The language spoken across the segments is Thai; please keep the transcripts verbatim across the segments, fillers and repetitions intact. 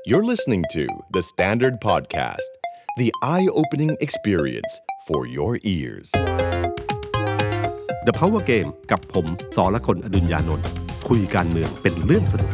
You're listening to The Standard Podcast, the eye-opening experience for your ears. The Power Game กับผมสรกล อดุลยานนท์คุยการเมืองเป็นเรื่องสนุก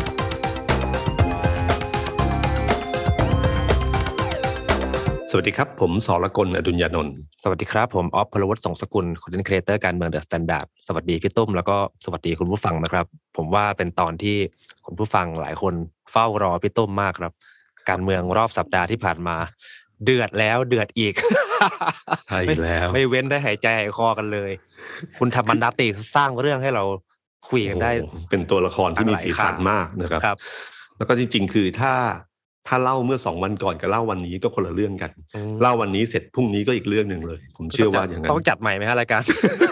สวัสดีครับผมสรกล อดุลยานนท์สวัสดีครับผมออฟพลวัฒน์ สงสกุลคอนเทนต์ครีเอเตอร์การเมือง The Standard สวัสดีพี่ตุ้มแล้วก็สวัสดีคุณผู้ฟังนะครับผมว่าเป็นตอนที่คุณผู้ฟังหลายคนเฝ้ารอพี่ตุ้มมากครับการเมืองรอบสัปดาห์ที่ผ่านมาเดือดแล้วเดือดอีกใช่แล้วไม่เว้นได้หายใจหายคอกันเลยคุณธรรมนัสติสร้างเรื่องให้เราคุยกันได้เป็นตัวละครที่มีสีสันมากนะครับแล้วก็จริงๆคือถ้าถ้าเล่าเมื่อสองวันก่อนกับเล่าวันนี้ก็คนละเรื่องกันเล่าวันนี้เสร็จพรุ่งนี้ก็อีกเรื่องนึงเลยผมเชื่อว่าอย่างนั้นต้องจัดใหม่มั้ยฮะรายการ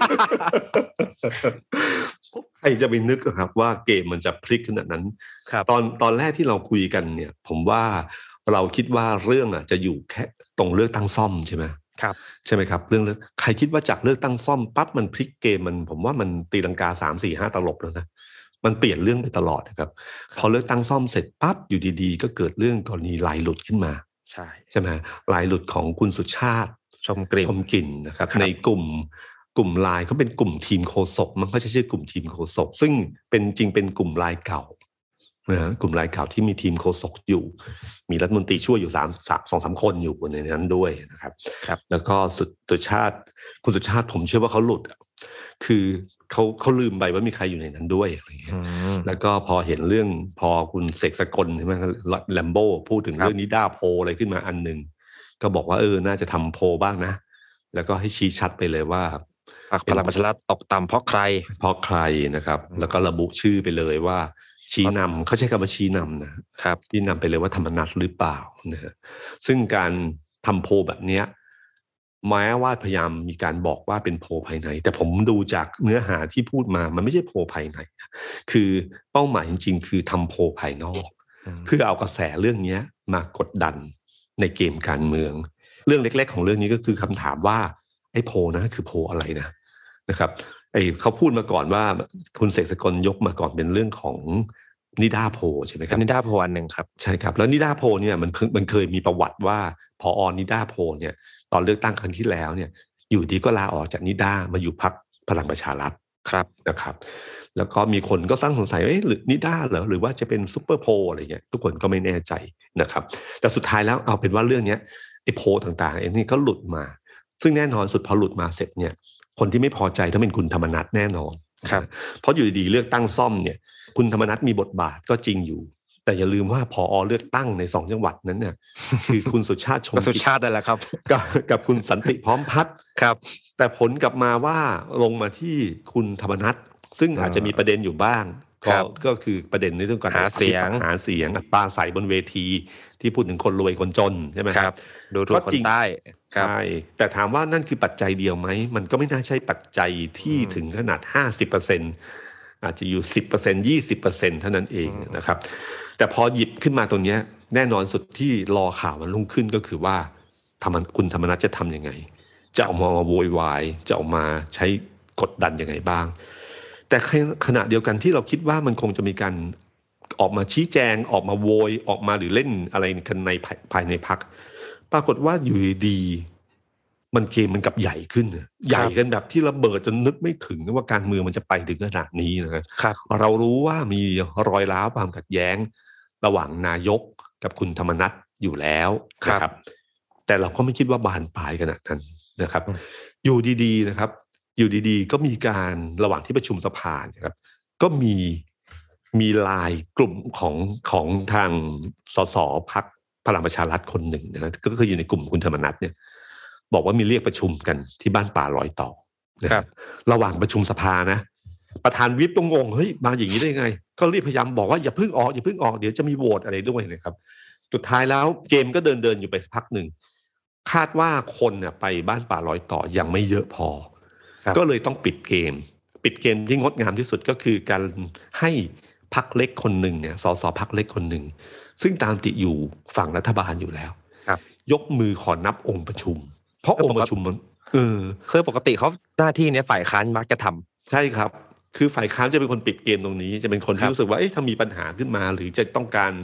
ใครจะไปนึกครับว่าเกมมันจะพลิกขนาดนั้นตอนตอนแรกที่เราคุยกันเนี่ยผมว่าเราคิดว่าเรื่องอ่ะจะอยู่แค่ตรงเลือกตั้งซ่อมใช่ไหมครับใช่ไหมครับเรื่องใครคิดว่าจากเลือกตั้งซ่อมปั๊บมันพลิกเกมมันผมว่ามันตีลังกาสาม สี่ ห้าตลบแล้วนะมันเปลี่ยนเรื่องไปตลอดนะครับพอเลือกตั้งซ่อมเสร็จปั๊บอยู่ดีๆก็เกิดเรื่องกรณีลายหลุดขึ้นมาใช่ใช่ไหมลายหลุดของคุณสุชาติชมกลิ่นชมกลิ่นนะครับในกลุ่มกลุ่มไลน์เขาเป็นกลุ่มทีมโฆษกมันเขาใช้ชื่อกลุ่มทีมโฆษกซึ่งเป็นจริงเป็นกลุ่มไลน์เก่านะกลุ่มไลน์เก่าที่มีทีมโฆษกอยู่มีรัฐมนตรีช่วยอยู่สาม สอง สามคนอยู่ในนั้นด้วยนะครับแล้วก็สุชาติคุณสุชาติผมเชื่อว่าเขาหลุดคือเขาเขาลืมไปว่ามีใครอยู่ในนั้นด้วยอะไรเงี้ยแล้วก็พอเห็นเรื่องพอคุณเสกสกลใช่ไหมแลมโบ้พูดถึงเรื่องนิด้าโพอะไรขึ้นมาอันนึงก็บอกว่าเออน่าจะทำโพบ้างนะแล้วก็ให้ชี้ชัดไปเลยว่าพลังประชารัฐตกต่ำเพราะใครเพราะใครนะครับแล้วก็ระบุชื่อไปเลยว่าชี้นำเขาใช้คำว่าชี้นำนะครับชี้นำไปเลยว่าธรรมนัสหรือเปล่านะฮะซึ่งการทำโพแบบเนี้ยแม้ว่าพยายามมีการบอกว่าเป็นโพลภายในแต่ผมดูจากเนื้อหาที่พูดมามันไม่ใช่โพลภายในคือเป้าหมายจริงๆคือทำโพลภายนอกเพื่อเอากระแสเรื่องนี้มากดดันในเกมการเมืองเรื่องเล็กๆของเรื่องนี้ก็คือคำถามว่าไอ้โพลนะคือโพลอะไรนะนะครับไอ้เขาพูดมาก่อนว่าคุณเสกสกลยกมาก่อนเป็นเรื่องของนิด้าโพลใช่ไหมครับนิด้าโพลอันหนึ่งครับใช่ครับแล้วนิด้าโพลเนี่ยมันมันเคยมีประวัติว่าผอ.นิด้าโพลเนี่ยตอนเลือกตั้งครั้งที่แล้วเนี่ยอยู่ดีก็ลาออกจากนิด้ามาอยู่พรรคพลังประชารัฐครับนะครับแล้วก็มีคนก็ตั้งสงสัยว่าเอ๊ะหรือนิด้าเหรอหรือว่าจะเป็นซุปเปอร์โพลอะไรเงี้ยทุกคนก็ไม่แน่ใจนะครับแต่สุดท้ายแล้วเอาเป็นว่าเรื่องนี้ไอ้โพลต่างๆไอ้นี่ก็หลุดมาซึ่งแน่นอนสุดพอหลุดมาเสร็จเนี่ยคนที่ไม่พอใจต้องเป็นคุณธรรมนัสแน่นอนครับเพราะอยู่ดีๆเลือกตั้งซ่อมเนี่ยคุณธรรมนัสมีบทบาทก็จริงอยู่แต่อย่าลืมว่าผอ.เลือกตั้งในสองจังหวัดนั้นเนี่ยคือคุณสุชาติชมกิจสุชาตินั่นแหละครับกับกับคุณสันติพร้อมพัฒน์ครับแต่ผลกลับมาว่าลงมาที่คุณธรรมนัสซึ่งอาจจะมีประเด็นอยู่บ้างก็ก็คือประเด็นในเรื่องการหาเสียงหาเสียงปราศัยบนเวทีที่พูดถึงคนรวยคนจนใช่ไหมครับดูถูกคนใต้ใช่แต่ถามว่านั่นคือปัจจัยเดียวไหมมันก็ไม่น่าใช่ปัจจัยที่ถึงขนาด ห้าสิบเปอร์เซ็นต์ อาจจะอยู่ สิบเปอร์เซ็นต์ ยี่สิบเปอร์เซ็นต์ เท่านั้นเองนะครับแต่พอหยิบขึ้นมาตรงนี้แน่นอนสุดที่รอข่าวมันรุ่งขึ้นก็คือว่าธรรมคุณธรรมนัสจะทำยังไงจะเอามาโวยวายจะเอามาใช้กดดันยังไงบ้างแต่ขณะเดียวกันที่เราคิดว่ามันคงจะมีการออกมาชี้แจงออกมาโวยออกมาหรือเล่นอะไรกันในภายในพรรคปรากฏว่าอยู่ดีมันเกมมันกลับใหญ่ขึ้นใหญ่กันแบบที่ระเบิดจนนึกไม่ถึงว่าการเมืองมันจะไปถึงขนาดนี้นะครับเรารู้ว่ามีรอยร้าวความขัดแย้งระหว่างนายกกับคุณธรรมนัสอยู่แล้วนะครับแต่เราก็ไม่คิดว่าบานปลายขนาดนั้นนะครับอยู่ดีๆนะครับอยู่ดีๆก็มีการระหว่างที่ประชุมสภานะครับก็มีมีไลน์กลุ่มของของทางสสพรรคพลังประชารัฐคนหนึ่งนะก็คืออยู่ในกลุ่มคุณธรรมนัสเนี่ยบอกว่ามีเรียกประชุมกันที่บ้านป่าลอยต่อนะครับระหว่างประชุมสภานะประธานวิปต้องงงเฮ้ยมาอย่างนี้ได้ไงก็รีบพยายามบอกว่าอย่าเพิ่งออกอย่าเพิ่งออกเดี๋ยวจะมีโหวตอะไรด้วยนะครับสุดท้ายแล้วเกมก็เดินเดินอยู่ไปสักพักหนึ่งคาดว่าคนเนี่ยไปบ้านป่าลอยต่อยังไม่เยอะพอก็เลยต้องปิดเกมปิดเกมที่งดงามที่สุดก็คือการให้พรรคเล็กคนหนึ่งเนี่ยสสพรรคเล็กคนหนึ่งซึ่งตามติอยู่ฝั่งรัฐบาลอยู่แล้วยกมือขอนับองค์ประชุมเพราะองค์ประชุมมันเออคือปกติเขาหน้าที่เนี้ยฝ่ายค้านมักจะทำใช่ครับคือฝ่ายค้านจะเป็นคนปิดเกมตรงนี้จะเป็นคนที่รู้สึกว่าเอ๊ะถ้ามีปัญหาขึ้นมาหรือจะต้องการ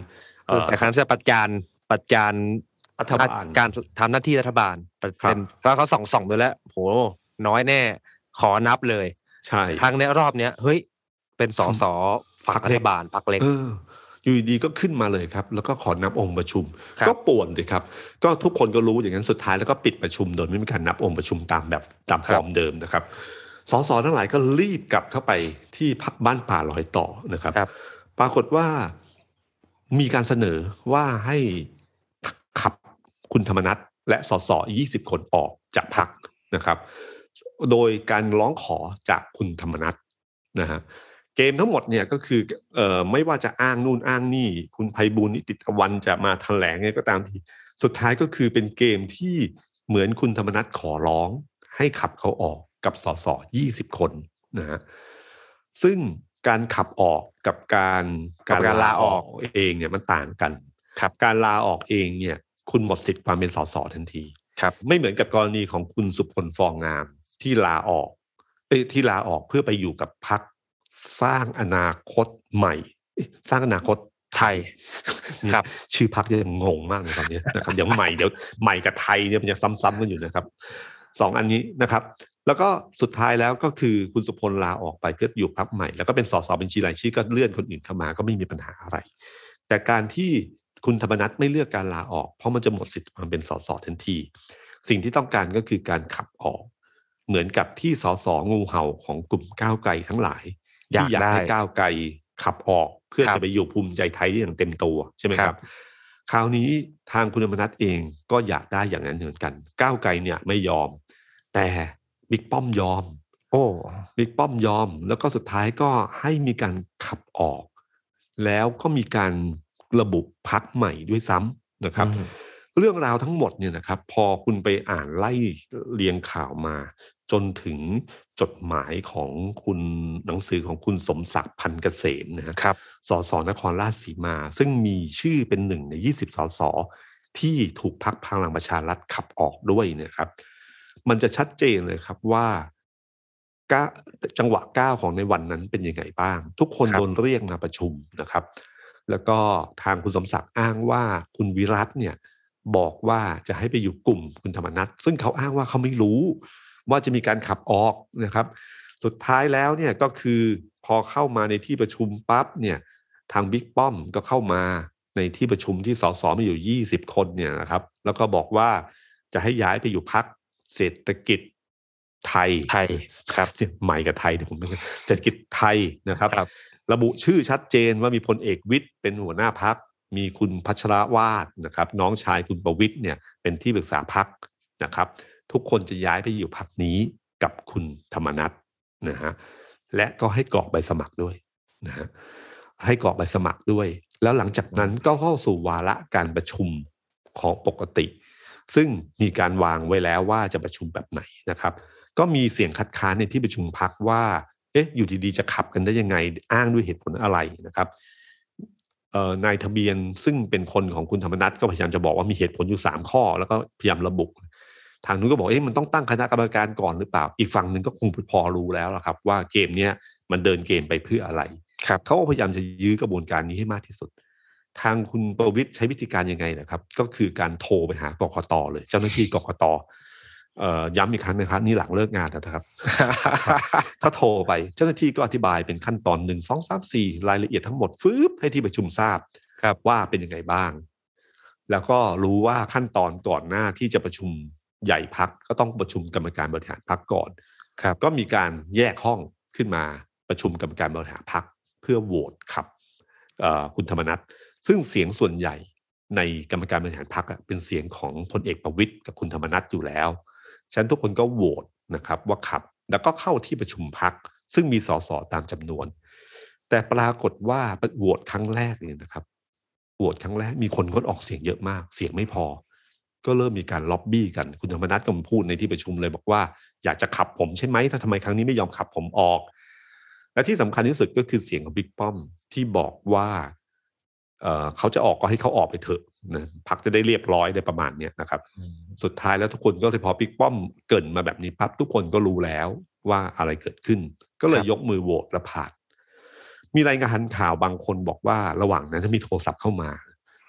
คือฝ่ายค้านจะประจานประจานรัฐบาลการทำหน้าที่รัฐบาลเป็นแล้วเขาส่องส่องดูแล้วโหน้อยแน่ขอนับเลยใช่ครั้งนี้รอบเนี้ยเฮ้ยเป็นสสฝั่งรัฐบาลพรรคเล็กอยู่ดีก็ขึ้นมาเลยครับแล้วก็ขอนับองค์ประชุมก็ป่วนเลยครับก็ทุกคนก็รู้อย่างนั้นสุดท้ายแล้วก็ปิดประชุมโดยไม่มีการนับองค์ประชุมตามแบบตามฟอร์มเดิมนะครับสสทั้งหลายก็รีบกลับเข้าไปที่บ้านป่าลอยต่อนะครับปรากฏว่ามีการเสนอว่าให้ขับคุณธรรมนัสและสสยี่สิบคนออกจากพรรคนะครับโดยการร้องขอจากคุณธรรมนัสนะฮะเกมทั้งหมดเนี่ยก็คือเอ่อไม่ว่าจะอ้างนู่นอ้างนี่คุณไพบูลย์นิติตะวันจะมาแถลงไงก็ตามทีสุดท้ายก็คือเป็นเกมที่เหมือนคุณธรรมนัสขอร้องให้ขับเขาออกกับสสยี่สิบคนนะฮะซึ่งการขับออกกับการการลาออกเองเนี่ยมันต่างกันการลาออกเองเนี่ยคุณหมดสิทธิ์ความเป็นสสทันทีไม่เหมือนกับกรณีของคุณสุพลฟองงามที่ลาออกที่ลาออกเพื่อไปอยู่กับพรรคสร้างอนาคตใหม่สร้างอนาคตไทยครับชื่อพรรคยังงงมากเลยตอนนี้นะครับเดี๋ยวใหม่เดี๋ยวใหม่กับไทยเนี่ยมันจะซ้ำๆกันอยู่นะครับสองอันนี้นะครับแล้วก็สุดท้ายแล้วก็คือคุณสุพลลาออกไปเพื่ออยู่พรรคใหม่แล้วก็เป็นสสบัญชีรายชื่อก็เลื่อนคนอื่นเข้ามาก็ไม่มีปัญหาอะไรแต่การที่คุณธรรมนัสไม่เลือกการลาออกเพราะมันจะหมดสิทธิ์ความเป็นสสทันทีสิ่งที่ต้องการก็คือการขับออกเหมือนกับที่สสงูเห่าของกลุ่มก้าวไกลทั้งหลายที่อยากให้ก้าวไกลขับออกเพื่อจะไปอยู่ภูมิใจไทยได้อย่างเต็มตัวใช่ไหมครับคราวนี้ทางคุณธรรมนัสเองก็อยากได้อย่างนั้นเหมือนกันก้าวไกลเนี่ยไม่ยอมแต่บิ๊กป้อมยอมโอ้บิ๊กป้อมยอมแล้วก็สุดท้ายก็ให้มีการขับออกแล้วก็มีการระบุพรรคใหม่ด้วยซ้ำนะครับเรื่องราวทั้งหมดเนี่ยนะครับพอคุณไปอ่านไล่เรียงข่าวมาจนถึงจดหมายของคุณหนังสือของคุณสมศักดิ์พันเกษมนะครับสสนครราชสีมาซึ่งมีชื่อเป็นหนึ่งในยี่สิบสสที่ถูกพรรคพลังประชารัฐขับออกด้วยนะครับมันจะชัดเจนเลยครับว่าจังหวะก้าวของในวันนั้นเป็นยังไงบ้างทุกคนโดนเรียกมาประชุมนะครับแล้วก็ทางคุณสมศักดิ์อ้างว่าคุณวิรัตเนี่ยบอกว่าจะให้ไปอยู่กลุ่มคุณธรรมนัสซึ่งเขาอ้างว่าเขาไม่รู้ว่าจะมีการขับออกนะครับสุดท้ายแล้วเนี่ยก็คือพอเข้ามาในที่ประชุมปั๊บเนี่ยทางบิ๊กป้อมก็เข้ามาในที่ประชุมที่สสมีอยู่ยี่สิบคนเนี่ยนะครับแล้วก็บอกว่าจะให้ย้ายไปอยู่พรรคเศรษฐกิจไทยไทยครับใหม่กับไทยเดี๋ยวผมเศรษฐกิจไทยนะครับระบุชื่อชัดเจนว่ามีพลเอกวิทย์เป็นหัวหน้าพรรคมีคุณพัชรวาทนะครับน้องชายคุณประวิตรเนี่ยเป็นที่ปรึกษาพรรคนะครับทุกคนจะย้ายไปอยู่พรรคนี้กับคุณธรรมนัสนะฮะและก็ให้กรอกใบสมัครด้วยนะฮะให้กรอกใบสมัครด้วยแล้วหลังจากนั้นก็เข้าสู่วาระการประชุมของปกติซึ่งมีการวางไว้แล้วว่าจะประชุมแบบไหนนะครับก็มีเสียงคัดค้านในที่ประชุมพรรคว่าเอ๊ะอยู่ดีๆจะขับกันได้ยังไงอ้างด้วยเหตุผลอะไรนะครับเอ่อนายทะเบียนซึ่งเป็นคนของคุณธรรมนัสก็พยายามจะบอกว่ามีเหตุผลอยู่สามข้อแล้วก็พยายามระบุทางนู้นก็บอกเอ๊ะมันต้องตั้งคณะกรรมการก่อนหรือเปล่าอีกฝั่งนึงก็คงพอรู้แล้วล่ะครับว่าเกมเนี้ยมันเดินเกมไปเพื่ออะไรเขาก็พยายามจะยื้อกระบวนการนี้ให้มากที่สุดทางคุณประวิตรใช้วิธีการยังไงนะครับก็คือการโทรไปหากกต.เลยเจ้าหน้าที่กกต.เอ่อย้ำอีกครั้งนะครับนี่หลังเลิกงานนะครับเขาโทรไปเจ้าหน้าที่ก็อธิบายเป็นขั้นตอนหนึ่ง สอง สาม สี่รายละเอียดทั้งหมดฟึบให้ที่ประชุมทราบว่าเป็นยังไงบ้างแล้วก็รู้ว่าขั้นตอนก่อนหน้าที่จะประชุมใหญ่พรรคก็ต้องประชุมกรรมการบริหารพรรคก่อนก็มีการแยกห้องขึ้นมาประชุมกรรมการบริหารพรรคเพื่อโหวตขับคุณธรรมนัสซึ่งเสียงส่วนใหญ่ในกรรมการบริหารพรรคเป็นเสียงของพลเอกประวิตรกับคุณธรรมนัสอยู่แล้วฉะนั้นทุกคนก็โหวตนะครับว่าขับแล้วก็เข้าที่ประชุมพรรคซึ่งมีสสตามจำนวนแต่ปรากฏว่าโหวตครั้งแรกเนี่ยนะครับโหวตครั้งแรกมีคนงดออกเสียงเยอะมากเสียงไม่พอก็เริ่มมีการล็อบบี้กันคุณธรรมนัสก็มาพูดในที่ประชุมเลยบอกว่าอยากจะขับผมใช่ไหมถ้าทำไมครั้งนี้ไม่ยอมขับผมออกและที่สำคัญที่สุดก็คือเสียงของบิ๊กป้อมที่บอกว่าเอ่อเขาจะออกก็ให้เขาออกไปเถอะนะพรรคจะได้เรียบร้อยได้ประมาณนี้นะครับสุดท้ายแล้วทุกคนก็เลยพอบิ๊กป้อมเกริ่นมาแบบนี้ปั๊บทุกคนก็รู้แล้วว่าอะไรเกิดขึ้นก็เลยยกมือโหวตและผ่านมีรายงานข่าวบางคนบอกว่าระหว่างนั้นถ้ามีโทรศัพท์เข้ามา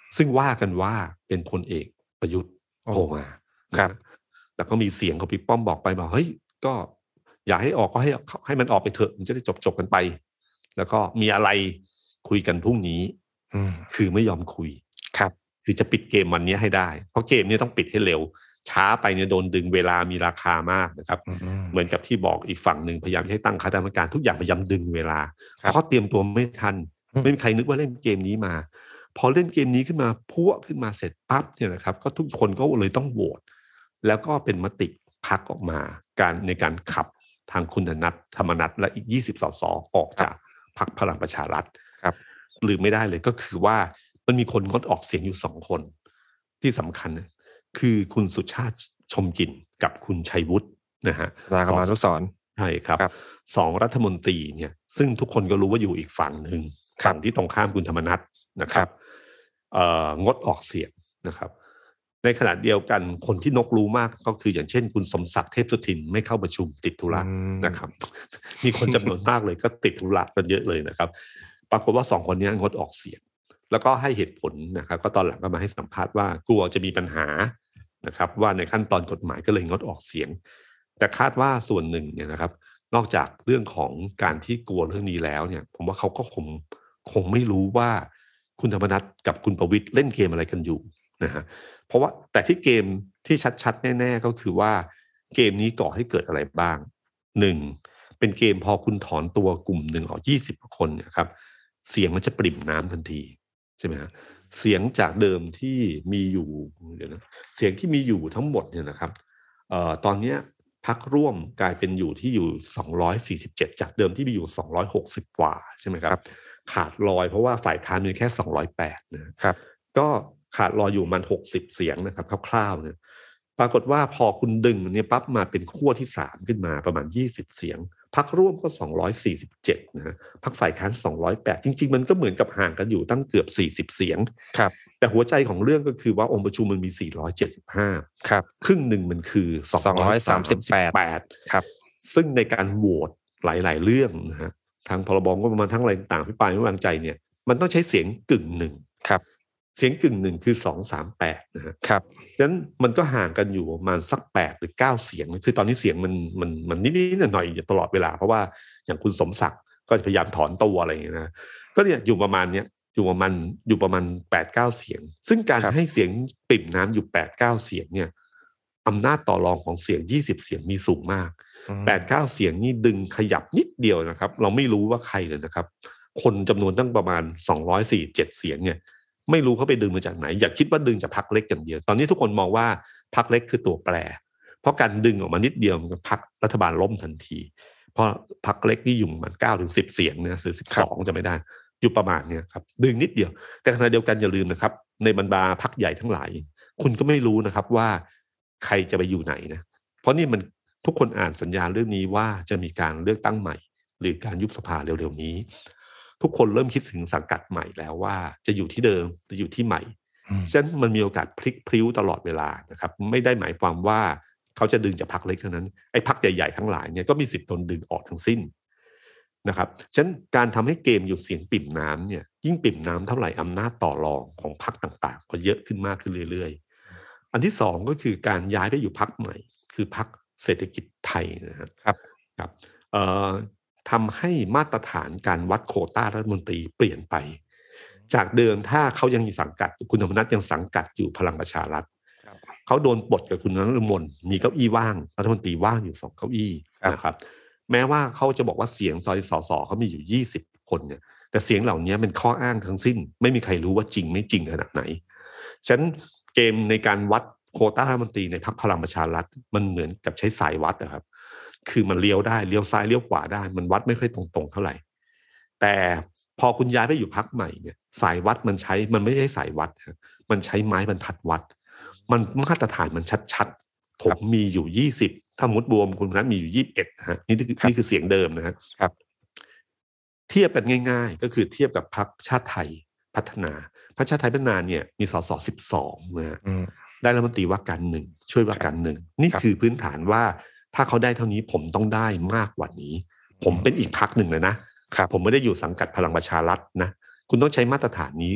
ซึ่งว่ากันว่าเป็นพลเอกประยุทธ์โทรมาครับแล้วก็มีเสียงของพี่ป้อมบอกไปบอกเฮ้ยก็อย่าให้ออกก็ให้ให้มันออกไปเถอะมันจะได้จบจบกันไปแล้วก็มีอะไรคุยกันพรุ่งนี้คือไม่ยอมคุยครับคือจะปิดเกมวันนี้ให้ได้เพราะเกมนี้ต้องปิดให้เร็วช้าไปเนี่ยโดนดึงเวลามีราคามากนะครับเหมือนกับที่บอกอีกฝั่งหนึ่งพยายามให้ตั้งคณะกรรมการทุกอย่างพยายามดึงเวลาเพราะเตรียมตัวไม่ทันไม่มีใครนึกว่าเล่นเกมนี้มาพอเล่นเกมนี้ขึ้นมาพัวขึ้นมาเสร็จปั๊บเนี่ยนะครับก็ทุกคนก็เลยต้องโหวตแล้วก็เป็นมติพรรคออกมาการในการขับทางคุณนัทธรรมนัสและอีกยี่สิบสสออกจากพรรคพลังประชารัฐครับลืมไม่ได้เลยก็คือว่ามันมีคนงดออกเสียงอยู่สองคนที่สำคัญคือคุณสุชาติชมกลิ่นกับคุณชัยวุฒินะฮะรากรรมานุสรณ์ใช่ครับสองรัฐมนตรีเนี่ยซึ่งทุกคนก็รู้ว่าอยู่อีกฝั่งหนึ่งฝั่งที่ตรงข้ามคุณธรรมนัสนะครับงดออกเสียงนะครับในขณะเดียวกันคนที่นกรู้มากก็คืออย่างเช่นคุณสมศักดิ์เทพสุทินไม่เข้าประชุมติดธุระนะครับมีคนจำนวนมากเลยก็ติดธุระกันเยอะเลยนะครับปรากฏว่าสองคนนี้งดออกเสียงแล้วก็ให้เหตุผลนะครับก็ตอนหลังก็มาให้สัมภาษณ์ว่ากลัวจะมีปัญหานะครับว่าในขั้นตอนกฎหมายก็เลยงดออกเสียงแต่คาดว่าส่วนหนึ่งเนี่ยนะครับนอกจากเรื่องของการที่กลัวเรื่องนี้แล้วเนี่ยผมว่าเขาก็คงคงไม่รู้ว่าคุณธรรมนัสกับคุณประวิตรเล่นเกมอะไรกันอยู่นะฮะเพราะว่าแต่ที่เกมที่ชัดๆแน่ๆก็คือว่าเกมนี้ก่อให้เกิดอะไรบ้างหนึ่งเป็นเกมพอคุณถอนตัวกลุ่มหนึ่งออกยี่สิบคนเนี่ยครับเสียงมันจะปริ่มน้ำทันทีใช่ไหมฮะเสียงจากเดิมที่มีอยู่เดี๋ยวนะเสียงที่มีอยู่ทั้งหมดเนี่ยนะครับเอ่อตอนนี้พรรคร่วมกลายเป็นอยู่ที่อยู่สองร้อยสี่สิบเจ็ดจากเดิมที่มีอยู่สองร้อยหกสิบกว่าใช่ไหมครับขาดลอยเพราะว่าฝ่ายค้านมีแค่สองร้อยแปดนะครับก็ขาดรออยู่มันหกสิบเสียงนะครับคร่าวๆเนี่ยปรากฏว่าพอคุณดึงเนี่ยปั๊บมาเป็นขั้วที่สามขึ้นมาประมาณยี่สิบเสียงพรรคร่วมก็สองร้อยสี่สิบเจ็ดนะฮะพรรคฝ่ายค้านสองร้อยแปดจริงๆมันก็เหมือนกับห่างกันอยู่ตั้งเกือบสี่สิบเสียงครับแต่หัวใจของเรื่องก็คือว่าองค์ประชุมมันมีสี่ร้อยเจ็ดสิบห้าครับครึ่งหนึ่งมันคือสองร้อยสามสิบแปดครับซึ่งในการโหวตหลายๆเรื่องนะฮะทางพรบงบประมาณทั้งอะไรต่างๆพิปรายไม่วางใจเนี่ยมันต้องใช้เสียงกึ่งหนึ่งครับเสียงกึ่งหนึ่งคือสองสามแปดนะฮะครับฉะนั้นมันก็ห่างกันอยู่ประมาณสักแปดหรือเก้าเสียงคือตอนนี้เสียงมันมันมันนิดๆหน่อยๆอยู่ตลอดเวลาเพราะว่าอย่างคุณสมศักดิ์ก็พยายามถอนตัวอะไรอย่างเงี้ยนะก็เนี่ยอยู่ประมาณเนี้ยอยู่ประมาณอยู่ประมาณ แปดเก้า เสียงซึ่งการให้เสียงปริ่มน้ำอยู่ แปดเก้า เสียงเนี่ยอำนาจต่อรองของเสียงยี่สิบเสียงมีสูงมาก แปดเก้า เสียงนี่ดึงขยับนิดเดียวนะครับเราไม่รู้ว่าใครเลยนะครับคนจำนวนตั้งประมาณสองร้อยสี่สิบเจ็ดเสียงเนี่ยไม่รู้เขาไปดึงมาจากไหนอย่าคิดว่าดึงจากพรรคเล็กอย่างเดียวตอนนี้ทุกคนมองว่าพรรคเล็กคือตัวแปรเพราะการดึงออกมานิดเดียวมันพรรครัฐบาลล้มทันทีเพราะพรรคเล็กนี่อยู่มันเก้าถึงสิบเสียงนะหรือสิบสองจะไม่ได้อยู่ประมาณนี้ครับดึงนิดเดียวแต่ขณะเดียวกันอย่าลืมนะครับในบรรดาพรรคใหญ่ทั้งหลายคุณก็ไม่รู้นะครับว่าใครจะไปอยู่ไหนนะเพราะนี่มันทุกคนอ่านสัญญาณเรื่องนี้ว่าจะมีการเลือกตั้งใหม่หรือการยุบสภาเร็วๆนี้ทุกคนเริ่มคิดถึงสังกัดใหม่แล้วว่าจะอยู่ที่เดิมจะอยู่ที่ใหม่ฉะนั้นมันมีโอกาสพลิกพลิ้วตลอดเวลานะครับไม่ได้หมายความว่าเขาจะดึงจากพรรคเล็กเท่านั้นไอ้พรรคใหญ่ๆทั้งหลายเนี่ยก็มีสิทธิ์โดนดึงออกทั้งสิ้นนะครับฉะนั้นการทำให้เกมอยู่เสียงปิ่มน้ำเนี่ยยิ่งปิ่มน้ำเท่าไหร่อำนาจต่อรองของพรรคต่างๆก็เยอะขึ้นมากขึ้นเรื่อยๆอันที่สองก็คือการย้ายไปอยู่พรรคใหม่คือพรรคเศรษฐกิจไทยนะครับครับเอ่อทำให้มาตรฐานการวัดโควต้ารัฐมนตรีเปลี่ยนไปจากเดิมถ้าเขายังมีสังกัดคุณธรรมนัสยังสังกัดอยู่พลังประชารัฐเขาโดนปลดกับคุณนฤมลมีเก้าอี้ว่างรัฐมนตรีว่างอยู่สองเก้าอี้นะครับแม้ว่าเขาจะบอกว่าเสียงซอยสสเขามีอยู่ยี่สิบคนเนี่ยแต่เสียงเหล่านี้เป็นข้ออ้างทั้งสิ้นไม่มีใครรู้ว่าจริงไม่จริงขนาดไหนฉะนั้นเกมในการวัดโควต้ารัฐมนตรีในพรรคพลังประชารัฐมันเหมือนกับใช้สายวัดนะครับคือมันเลี้ยวได้เลี้ยวซ้ายเลี้ยวขวาได้มันวัดไม่ค่อยตรงๆเท่าไหร่แต่พอคุณย้ายไปอยู่พรรคใหม่เนี่ยสายวัดมันใช้มันไม่ใช่สายวัดมันใช้ไม้บรรทัดวัดมันมาตรฐานมันชัดๆผมมีอยู่ยี่สิบถ้ามุดบวมคุณนั้นมีอยู่ยี่สิบเอ็ดนะฮะนี่คือนี่คือเสียงเดิมนะครับเทียบกันง่ายๆก็คือเทียบกับพรรคชาติไทยพัฒนาพรรคชาติไทยพัฒนาเนี่ยมีสสสิบสองนะฮะได้รัฐมนตรีว่าการหนึ่งช่วยว่าการหนึ่งนี่คือพื้นฐานว่าถ้าเขาได้เท่านี้ผมต้องได้มากกว่านี้ผมเป็นอีกพรรคหนึ่งเลยนะผมไม่ได้อยู่สังกัดพลังประชารัฐนะคุณต้องใช้มาตรฐานนี้กับ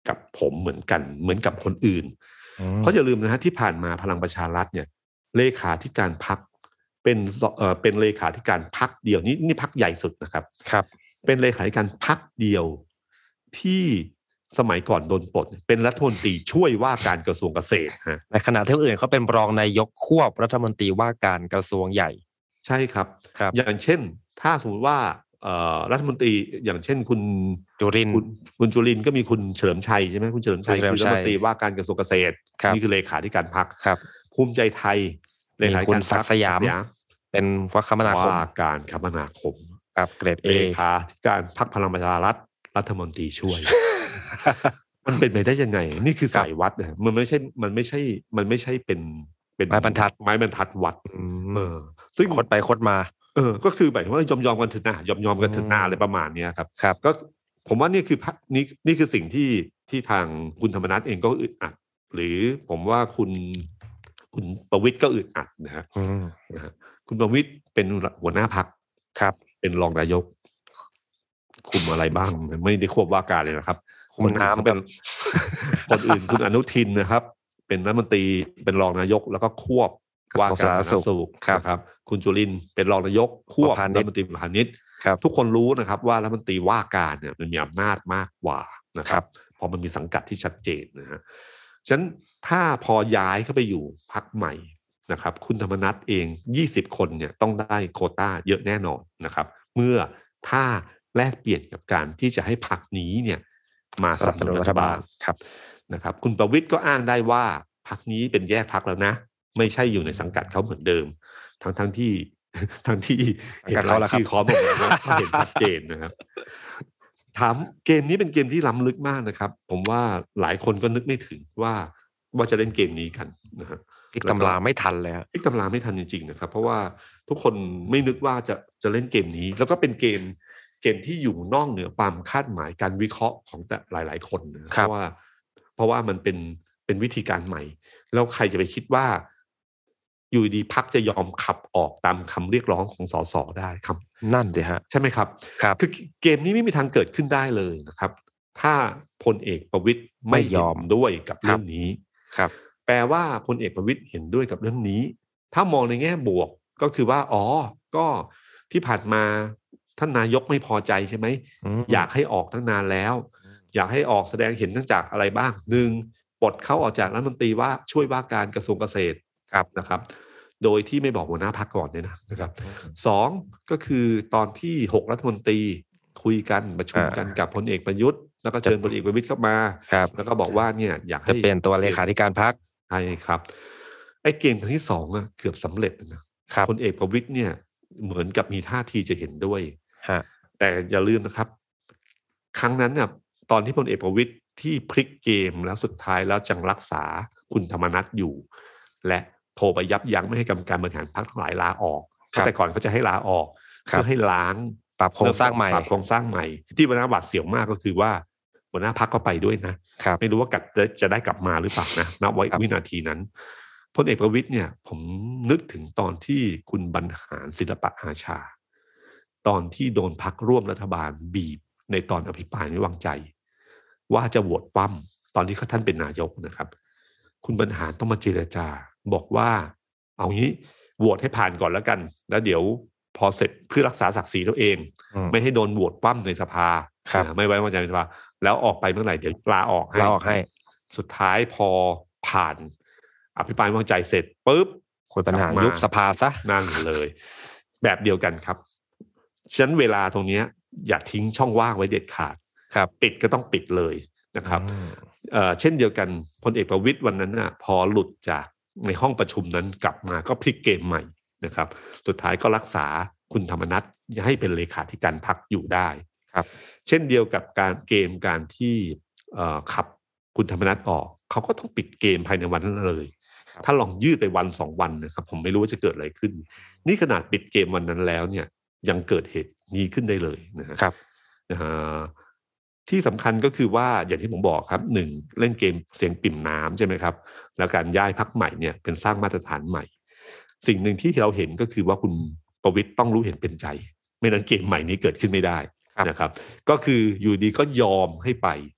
กับผมเหมือนกันเหมือนกับคนอื่นเพราะอย่าลืมนะฮะที่ผ่านมาพลังประชารัฐเนี่ยเลขาธิการพรรคเป็นเอ่อเป็นเลขาธิการพรรคเดียวนี่นี่พรรคใหญ่สุดนะครับครับเป็นเลขาธิการพรรคเดียวที่สมัยก่อนโดนปลดเป็นรัฐมนตรีช่วยว่าการกระทรวงเกษตรฮะในขณะที่อื่นเขาเป็นรองนายกควบรัฐมนตรีว่าการกระทรวงใหญ่ใช่ครับครับอย่างเช่นถ้าสมมติว่ารัฐมนตรีอย่างเช่นคุณจุรินทร์คุณคุณจุรินทร์ก็มีคุณเฉลิมชัยใช่ไหมคุณเฉลิมชัยคือรัฐมนตรีว่าการกระทรวงเกษตรนี่คือเลขาธิการพรรคภูมิใจไทยเลขาธิการพรรคสยามเป็นว่าคมนาคมว่าการคมนาคมครับเกรด A เลขาธิการพรรคพลังประชารัฐรัฐมนตรีช่วย มันเป็นไปได้ยังไงนี่คือสายวัดนะมันไม่ใช่มันไม่ใช่มันไม่ใช่เป็นเป็นไม้บรรทัดไม้บรรทัดวัดเออซึ่งคดไปคดมาเออก็คือหมายถึงว่ายอมยอมกันเถอะนะยอมยอมกันเถอะนะอะไรประมาณนี้ครับครับก็ผมว่านี่คือนี่นี่คือสิ่งที่ที่ทางคุณธรรมนัสเองก็อึดอัดหรือผมว่าคุณคุณประวิตรก็อึดอัดนะฮะคุณประวิตรเป็นหัวหน้าพรรคครับเป็นรองนายกคุมอะไรบ้างไม่ได้ควบว่าการเลยนะครับคนน้ำเป็นคนอื่นคุณอนุทินนะครับเป็นรัฐมนตรีเป็นรองนายกแล้วก็ควบว่าการสาธารณสุขนะครับคุณจุรินทร์เป็นรองนายกควบรัฐมนตรีพาณิชย์ทุกคนรู้นะครับว่ารัฐมนตรีว่าการเนี่ยมันมีอำนาจมากกว่านะครับพอมันมีสังกัดที่ชัดเจนนะฮะฉะนั้นถ้าพอย้ายเข้าไปอยู่พรรคใหม่นะครับคุณธรรมนัสเองยี่สิบคนเนี่ยต้องได้โควต้าเยอะแน่นอนนะครับเมื่อถ้าแลกเปลี่ยนกับการที่จะให้พรรคนี้เนี่ยมาสนับสนุนรัฐบาลครับนะครับคุณประวิตรก็อ้างได้ว่าพรรคนี้เป็นแยกพรรคแล้วนะไม่ใช่อยู่ในสังกัดเขาเหมือนเดิมทั้งทั้งที่ทั้งที่เห็นรายชื่อขอบอกเลยว่าเขาเห็นชัดเจนนะครับถามเกมนี้เป็นเกมที่ล้ำลึกมากนะครับผมว่าหลายคนก็นึกไม่ถึงว่าว่าจะเล่นเกมนี้กันนะฮะพลิกตำราไม่ทันเลยพลิกตำราไม่ทันจริงๆนะครับเพราะว่าทุกคนไม่นึกว่าจะจะเล่นเกมนี้แล้วก็เป็นเกมเกมที่อยู่นอกเหนือความคาดหมายการวิเคราะห์ของแต่หลายๆคนนะเพราะว่าเพราะว่ามันเป็นเป็นวิธีการใหม่แล้วใครจะไปคิดว่าอยู่ดีพรรคจะยอมขับออกตามคำเรียกร้องของสสได้ครับนั่นสิฮะใช่ไหมครับครับคือเกมนี้ไม่มีทางเกิดขึ้นได้เลยนะครับถ้าพลเอกประวิตรไม่ยอมด้วยกับเรื่องนี้ครับแปลว่าพลเอกประวิตรเห็นด้วยกับเรื่องนี้ถ้ามองในแง่บวกก็คือว่าอ๋อก็ที่ผ่านมาท่านนายกไม่พอใจใช่ไหมอยากให้ออกตั้งนานแล้วอยากให้ออกแสดงเห็นตั้งจากอะไรบ้างหนึ่งปลดเขาออกจากรัฐมนตรีว่าช่วยว่าการกระทรวงเกษตรนะครับโดยที่ไม่บอกหัวหน้าพรรคก่อนเนี่ยนะครับสองก็คือตอนที่หกรัฐมนตรีคุยกันประชุมกันกับพลเอกประยุทธ์แล้วก็เชิญพลเอกประวิตรเข้ามาแล้วก็บอกว่าเนี่ยอยากให้จะเปลี่ยนตัวเลขาธิการพรรคใช่ครับไอ้เกมครั้งที่สองอ่ะเกือบสำเร็จนะพลเอกประวิตรเนี่ยเหมือนกับมีท่าทีจะเห็นด้วยแต่อย่าลืมนะครับครั้งนั้นเนี่ยตอนที่พลเอกประวิตรที่พลิกเกมแล้วสุดท้ายแล้วจังรักษาคุณธรรมนัสอยู่และโทรไปยับยั้งไม่ให้กรรมการบริหารพรรคทั้งหลายลาออกแต่ก่อนเขาจะให้ลาออกเพื่อให้ล้างปรับโครงสร้างใหม่ปรับโครงสร้างใหม่ที่วันนั้นบาดเสียวมากก็คือว่าหัวหน้าพรรคก็ไปด้วยนะไม่รู้ว่าจะได้กลับมาหรือเปล่านะณวินาทีนั้นพลเอกประวิตรเนี่ยผมนึกถึงตอนที่คุณบรรหารศิลปะอาชาตอนที่โดนพรรคร่วมรัฐบาลบีบในตอนอภิปรายไม่วางใจว่าจะโหวตคว่ำตอนที่ท่านเป็นนายกนะครับคุณบรรหารต้องมาเจรจาบอกว่าเอางี้โหวตให้ผ่านก่อนแล้วกันแล้วเดี๋ยวพอเสร็จเพื่อรักษาศักดิ์ศรีตัวเองไม่ให้โดนโหวตคว่ำในสภาไม่ไว้วางใจในสภาแล้วออกไปเมื่อไหร่เดี๋ยวลาออกให้ลาออกให้สุดท้ายพอผ่านอภิปรายไม่วางใจเสร็จปุ๊บคุณบรรหารยุบสภาซะนั่นเลยแบบเดียวกันครับฉะนั้นเวลาตรงนี้อย่าทิ้งช่องว่างไว้เด็ดขาดปิดก็ต้องปิดเลยนะครับเอ่อเช่นเดียวกันพลเอกประวิตรวันนั้นน่ะพอหลุดจากในห้องประชุมนั้นกลับมาก็พลิกเกมใหม่นะครับสุดท้ายก็รักษาคุณธรรมนัสให้เป็นเลขาธิการพรรคอยู่ได้ครับเช่นเดียวกับการเกมการที่เอ่อขับคุณธรรมนัสออกเขาก็ต้องปิดเกมภายในวันนั้นเลยถ้าลองยืดไปวันสองวันนะครับผมไม่รู้ว่าจะเกิดอะไรขึ้นนี่ขนาดปิดเกมวันนั้นแล้วเนี่ยยังเกิดเหตุนี้ขึ้นได้เลยนะครับที่สำคัญก็คือว่าอย่างที่ผมบอกครับหนึ่งเล่นเกมเสียงปิ่มน้ำใช่ไหมครับแล้วการย้ายพรรคใหม่เนี่ยเป็นสร้างมาตรฐานใหม่สิ่งหนึ่งที่เราเห็นก็คือว่าคุณประวิตรต้องรู้เห็นเป็นใจไม่นั้นเกมใหม่นี้เกิดขึ้นไม่ได้นะครับก็คืออยู่ดีก็ยอมให้ไป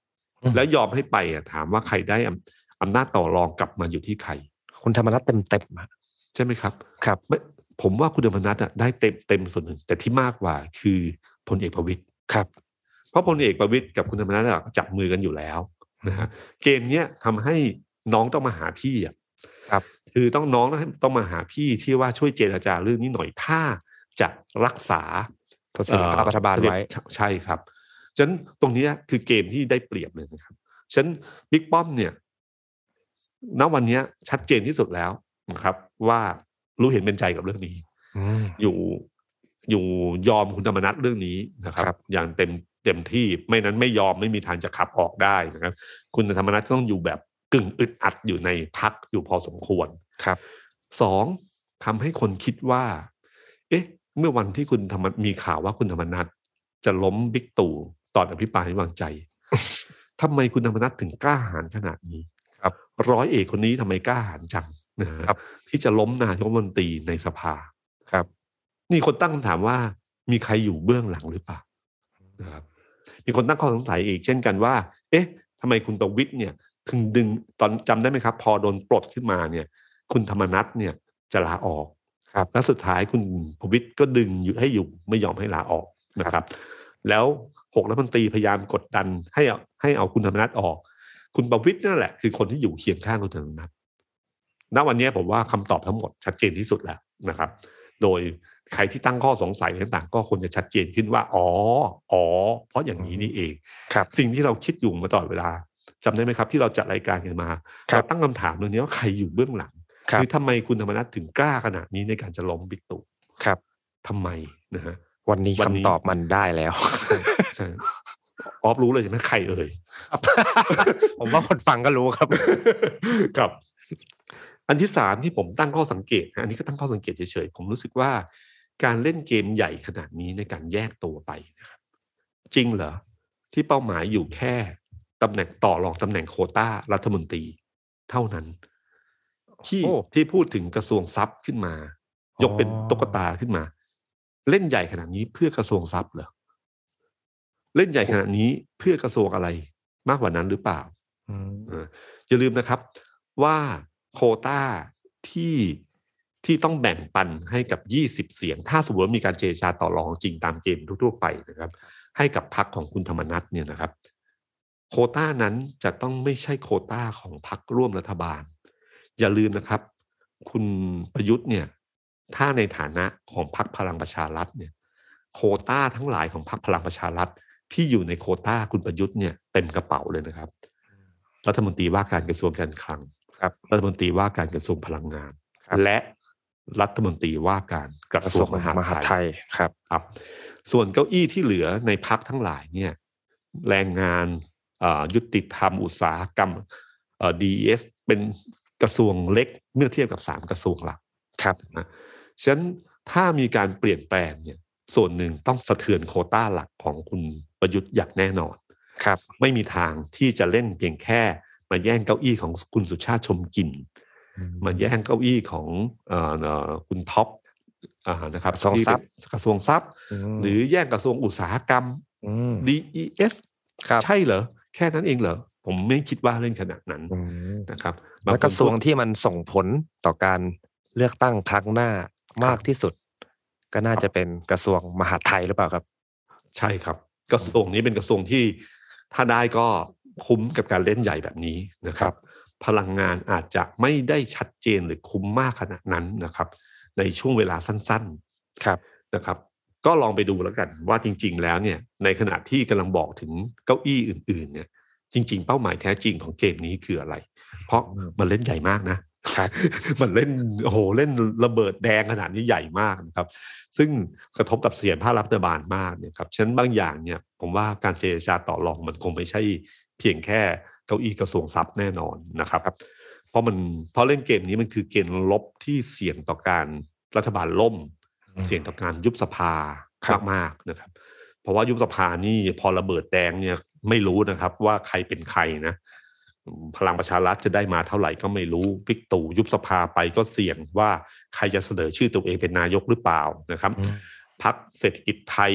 แล้วยอมให้ไปอ่ะถามว่าใครได้อำนาจต่อรองกลับมาอยู่ที่ใครคุณธรรมนัสเต็มเต็มใช่ไหมครับครับผมว่าคุณธรรมนัสอ่ะได้เต็มเต็มส่วนหนึ่งแต่ที่มากกว่าคือพลเอกประวิตรครับเพราะพลเอกประวิตรกับคุณธรรมนัสจับมือกันอยู่แล้วนะฮะเกมเนี้ยทำให้น้องต้องมาหาพี่อ่ะครับคือต้องน้องต้องมาหาพี่ที่ว่าช่วยเจรจาเรื่องนี้หน่อยถ้าจะรักษาเสถียรภาพรัฐบาลไว้ใช่ครับฉะนั้นตรงนี้คือเกมที่ได้เปรียบเลยนะครับฉะนั้นบิ๊กป้อมเนี่ยณวันนี้ชัดเจนที่สุดแล้วนะครับว่ารู้เห็นเป็นใจกับเรื่องนี้อยู่อยู่ยอมคุณธรรมนัสเรื่องนี้นะครับอย่างเต็มเต็มที่ไม่นั้นไม่ยอมไม่มีทางจะขับออกได้นะครับคุณธรรมนัสต้องอยู่แบบกึ่งอึดอัดอยู่ในพรรคอยู่พอสมควรครับสองทำให้คนคิดว่าเอ๊ะเมื่อวันที่คุณธรรมมีข่าวว่าคุณธรรมนัสจะล้มบิ๊กตู่ตอนอภิปรายไม่วางใจ ทำไมคุณธรรมนัสถึงกล้าหาญขนาดนี้ครับร้อยเอกคนนี้ทำไมกล้าหาญจังนะครับที่จะล้มนายกรัฐมนตรีในสภาครับนี่คนตั้งคำถามว่ามีใครอยู่เบื้องหลังหรือเปล่านะครับมีคนตั้งข้อสงสัยอีกเช่นกันว่าเอ๊ะทำไมคุณประวิตรเนี่ยถึงดึงตอนจำได้ไหมครับพอโดนปลดขึ้นมาเนี่ยคุณธรรมนัสเนี่ยจะลาออกครับแล้วสุดท้ายคุณประวิตรก็ดึงอยู่ให้อยู่ไม่ยอมให้ลาออกนะครับแล้วหกรัฐมนตรีพยายามกดดันให้ให้เอาคุณธรรมนัสออกคุณประวิตรนั่นแหละคือคนที่อยู่เคียงข้างคุณธรรมนัสณวันนี้ผมว่าคำตอบทั้งหมดชัดเจนที่สุดแล้วนะครับโดยใครที่ตั้งข้อสงสัยต่างๆก็ควรจะชัดเจนขึ้นว่าอ๋ออ๋อเพราะอย่างนี้นี่เองสิ่งที่เราคิดอยู่มาตลอดเวลาจำได้ไหมครับที่เราจัดรายการกันมาเราตั้งคำถามเรื่องนี้ว่าใครอยู่เบื้องหลังหรือทำไมคุณธรรมนัสถึงกล้าขนาดนี้ในการจะล้มบิ๊กตู่ครับทำไมนะฮะวันนี้คำตอบมันได้แล้วใช่ออฟรู้เลยใช่ไหมใครเอ่ยผมว่าคนฟังก็รู้ครับครับอันที่สามที่ผมตั้งข้อสังเกตอันนี้ก็ตั้งข้อสังเกตเฉยๆผมรู้สึกว่าการเล่นเกมใหญ่ขนาดนี้ในการแยกตัวไปนะครับจริงเหรอที่เป้าหมายอยู่แค่ตำแหน่งต่อรองตำแหน่งโควต้ารัฐมนตรีเท่านั้นที่ที่พูดถึงกระทรวงทรัพย์ขึ้นมายกเป็นตุ๊กตาขึ้นมาเล่นใหญ่ขนาดนี้เพื่อกระทรวงทรัพย์เหรอเล่นใหญ่ขนาดนี้เพื่อกระทรวงอะไรมากกว่านั้นหรือเปล่าอย่าลืมนะครับว่าโควต้าที่ที่ต้องแบ่งปันให้กับยี่สิบเสียงถ้าสมมติว่ามีการเจรจาต่อรองจริงตามเกมทั่วๆไปนะครับให้กับพรรคของคุณธรรมนัสเนี่ยนะครับโควต้านั้นจะต้องไม่ใช่โควต้าของพรรคร่วมรัฐบาลอย่าลืมนะครับคุณประยุทธ์เนี่ยถ้าในฐานะของพรรคพลังประชารัฐเนี่ยโควต้าทั้งหลายของพรรคพลังประชารัฐที่อยู่ในโควต้าคุณประยุทธ์เนี่ยเต็มกระเป๋าเลยนะครับรัฐมนตรีว่าการกระทรวงการคลังรัฐมนตรีว่าการกระทรวงพลังงานและรัฐมนตรีว่าการกระทรวงมหาดไทยครับครับส่วนเก้าอี้ที่เหลือในพรรคทั้งหลายเนี่ยแรงงานยุติธรรมอุตสาหกรรม ดี เอส เป็นกระทรวงเล็กเมื่อเทียบกับสามกระทรวงหลักครับนะฉะนั้นถ้ามีการเปลี่ยนแปลงเนี่ยส่วนหนึ่งต้องสะเทือนโควต้าหลักของคุณประยุทธ์อย่างแน่นอนครับไม่มีทางที่จะเล่นเพียงแค่มาแย่งเก้าอี้ของคุณสุชาติชมกลิ่นมาแย่งเก้าอี้ของเอ่อคุณท็อปอ่านะครับกระทรวงทรัพย์กระทรวงทรัพย์หรือแย่งกระทรวงอุตสาหกรรม ดี อี เอส ใช่เหรอแค่นั้นเองเหรอผมไม่คิดว่าเล่นขนาดนั้นนะครับแล้วกระทรวงที่มันส่งผลต่อการเลือกตั้งครั้งหน้ามากที่สุดก็น่าจะเป็นกระทรวงมหาดไทยหรือเปล่าครับใช่ครับกระทรวงนี้เป็นกระทรวงที่ถ้าได้ก็คุ้มกับการเล่นใหญ่แบบนี้นะครับพลังงานอาจจะไม่ได้ชัดเจนหรือคุ้มมากขนาดนั้นนะครับในช่วงเวลาสั้นๆครับนะครับก็ลองไปดูแล้วกันว่าจริงๆแล้วเนี่ยในขณะที่กำลังบอกถึงเก้าอี้อื่นๆเนี่ยจริงๆเป้าหมายแท้จริงของเกมนี้คืออะไรเพราะมันเล่นใหญ่มากนะมันเล่นโอ้โหเล่นระเบิดแดงขนาดนี้ใหญ่มากนะครับซึ่งกระทบกับเสียงภาครัฐบาลมากเนี่ยครับฉะนั้นบางอย่างเนี่ยผมว่าการเจรจาต่อรองมันคงไม่ใช่เพียงแค่เก้าอี้กระทรวงทรัพย์แน่นอนนะครับเพราะมันเพราะเล่นเกมนี้มันคือเกมลบที่เสี่ยงต่อการรัฐบาลล่มเสี่ยงต่อการยุบสภามากๆนะครับเพราะว่ายุบสภานี่พอระเบิดแดงเนี่ยไม่รู้นะครับว่าใครเป็นใครนะพลังประชารัฐจะได้มาเท่าไหร่ก็ไม่รู้บิ๊กตู่ยุบสภาไปก็เสี่ยงว่าใครจะเสนอชื่อตัวเองเป็นนายกหรือเปล่านะครับพรรคเศรษฐกิจไทย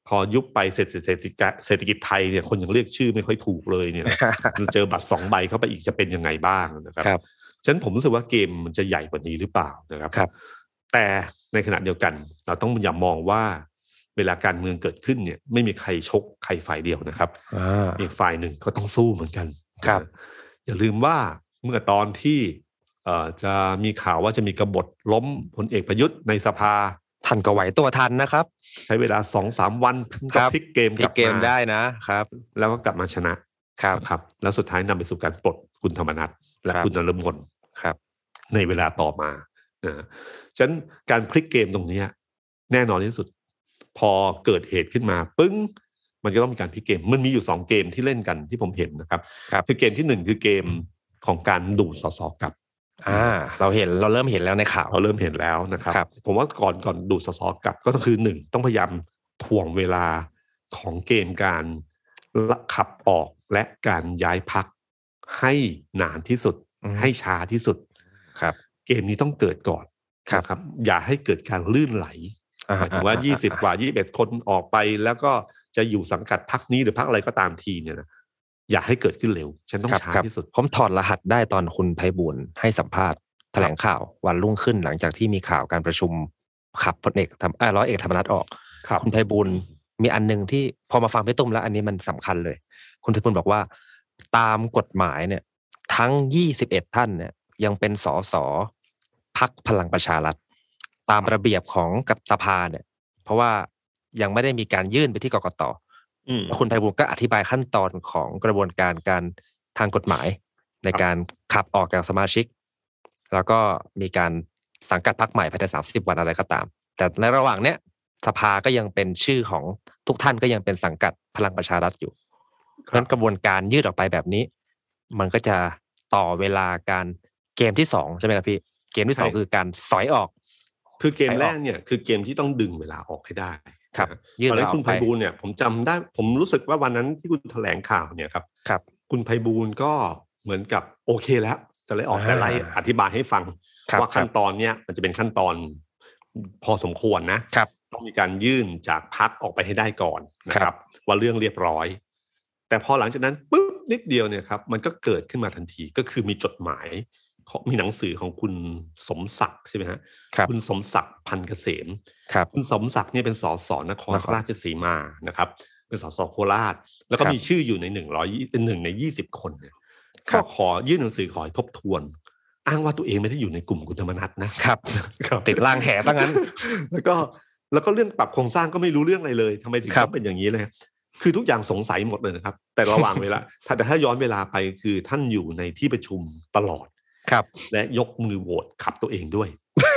พอยุบไปเศรษฐเศรษฐกิจเศรษฐกิจไทยเนี่ยคนยังเรียกชื่อไม่ค่อยถูกเลยเนี่ย เจอบัตรสองใบเข้าไปอีกจะเป็นยังไงบ้างนะครับฉะนั้นผมรู้สึกว่าเกมมันจะใหญ่กว่านี้หรือเปล่านะครับแต่ในขณะเดียวกันเราต้องอย่ามองว่าเวลาการเมืองเกิดขึ้นเนี่ยไม่มีใครชกใครฝ่ายเดียวนะครับอีกฝ่ายหนึ่งก็ต้องสู้เหมือนกันครับอย่าลืมว่าเมื่อตอนที่จะมีข่าวว่าจะมีกบฏล้มพลเอกประยุทธ์ในสภาท่านก็ไหวตัวทันนะครับใช้เวลา สองถึงสาม วันก็พลิกเกมกลับมาได้นะครับแล้วก็กลับมาชนะครับครับแล้วสุดท้ายนำไปสู่การปลดคุณธรรมนัสและคุณนฤมลครับในเวลาต่อมานะฉะนั้นการพลิกเกมตรงนี้แน่นอนที่สุดพอเกิดเหตุขึ้นมาปึ้งมันก็ต้องมีการพลิกเกมมันมีอยู่สองเกมที่เล่นกันที่ผมเห็นนะครับคือเกมที่หนึ่งคือเกมของการดูดสสกลับอ่าเราเห็นเราเริ่มเห็นแล้วในข่าวเราเริ่มเห็นแล้วนะครับผมว่าก่อนก่อนดูดสสกลับก็คือหนึ่งต้องพยายามถ่วงเวลาของเกมการขับออกและการย้ายพรรคให้นานที่สุดให้ช้าที่สุดครับเกมนี้ต้องเกิดก่อนครับอย่าให้เกิดการลื่นไหลหมายถึงว่ายี่สิบกว่ายี่สิบเอ็ดคนออกไปแล้วก็จะอยู่สังกัดพรรคนี้หรือพรรคอะไรก็ตามทีเนี่ยนะอย่าให้เกิดขึ้นเร็วฉันต้องช้าที่สุดผมถอดรหัสได้ตอนคุณไพบูลย์ให้สัมภาษณ์แถลงข่าววันรุ่งขึ้นหลังจากที่มีข่าวการประชุมขับพลเอกทำเอ่อร้อยเอกธรรมนัสออกคุณไพบูลย์มีอันนึงที่พอมาฟังพี่ตุ้มแล้วอันนี้มันสำคัญเลยคุณไพบูลย์บอกว่าตามกฎหมายเนี่ยทั้งยี่สิบเอ็ดท่านเนี่ยยังเป็นสสพรรคพลังประชารัฐตามระเบียบของกับสภาเนี่ยเพราะว่ายังไม่ได้มีการยื่นไปที่กกต.คุณไพบูลย์ก็อธิบายขั้นตอนของกระบวนการการทางกฎหมายในการขับออกจากสมาชิกแล้วก็มีการสังกัดพรรคใหม่ภายในสามสิบวันอะไรก็ตามแต่ในระหว่างเนี้ยสภาก็ยังเป็นชื่อของทุกท่านก็ยังเป็นสังกัดพลังประชารัฐอยู่เพราะฉะนั้นกระบวนการยืดออกไปแบบนี้มันก็จะต่อเวลาการเกมที่สองใช่ไหมครับพี่เกมที่สองคือการสอยออกคือเกมแรกเนี่ยคือเกมที่ต้องดึงเวลาออกให้ได้ครับตอนนั้นคุณไพบูลย์เนี่ยผมจำได้ผมรู้สึกว่าวันนั้นที่คุณแถลงข่าวเนี่ยครับครับคุณไพบูลย์ก็เหมือนกับโอเคแล้วจะเลยออกแต่ไล่อธิบายให้ฟังว่าขั้นตอนเนี้ยมันจะเป็นขั้นตอนพอสมควรนะต้องมีการยื่นจากพรรคออกไปให้ได้ก่อนนะครับว่าเรื่องเรียบร้อยแต่พอหลังจากนั้นปุ๊บนิดเดียวเนี่ยครับมันก็เกิดขึ้นมาทันทีก็คือมีจดหมายมีหนังสือของคุณสมศักดิ์ใช่ไหมฮะคุณสมศักดิ์พันเกษมคุณสมศักดิ์เนี่ยเป็นสสนครราชสีมานะครับเป็นสสโคราชแล้วก็มีชื่ออยู่ในหนึ่งร้อยเป็นหนึ่งในยี่สิบคนเนี่ยก็ขอยื่นหนังสือขอทบทวนอ้างว่าตัวเองไม่ได้อยู่ในกลุ่มคุณธรรมนัสนะครับติดล่างแหซะงั้นแล้วก็แล้วก็เรื่องปรับโครงสร้างก็ไม่รู้เรื่องอะไรเลยทำไมถึงต้องเป็นอย่างนี้เลยคือทุกอย่างสงสัยหมดเลยนะครับแต่ระหว่างเวลาถ้าแต่ถ้าย้อนเวลาไปคือท่านอยู่ในที่ประชุมตลอดครับและยกมือโหวตขับตัวเองด้วย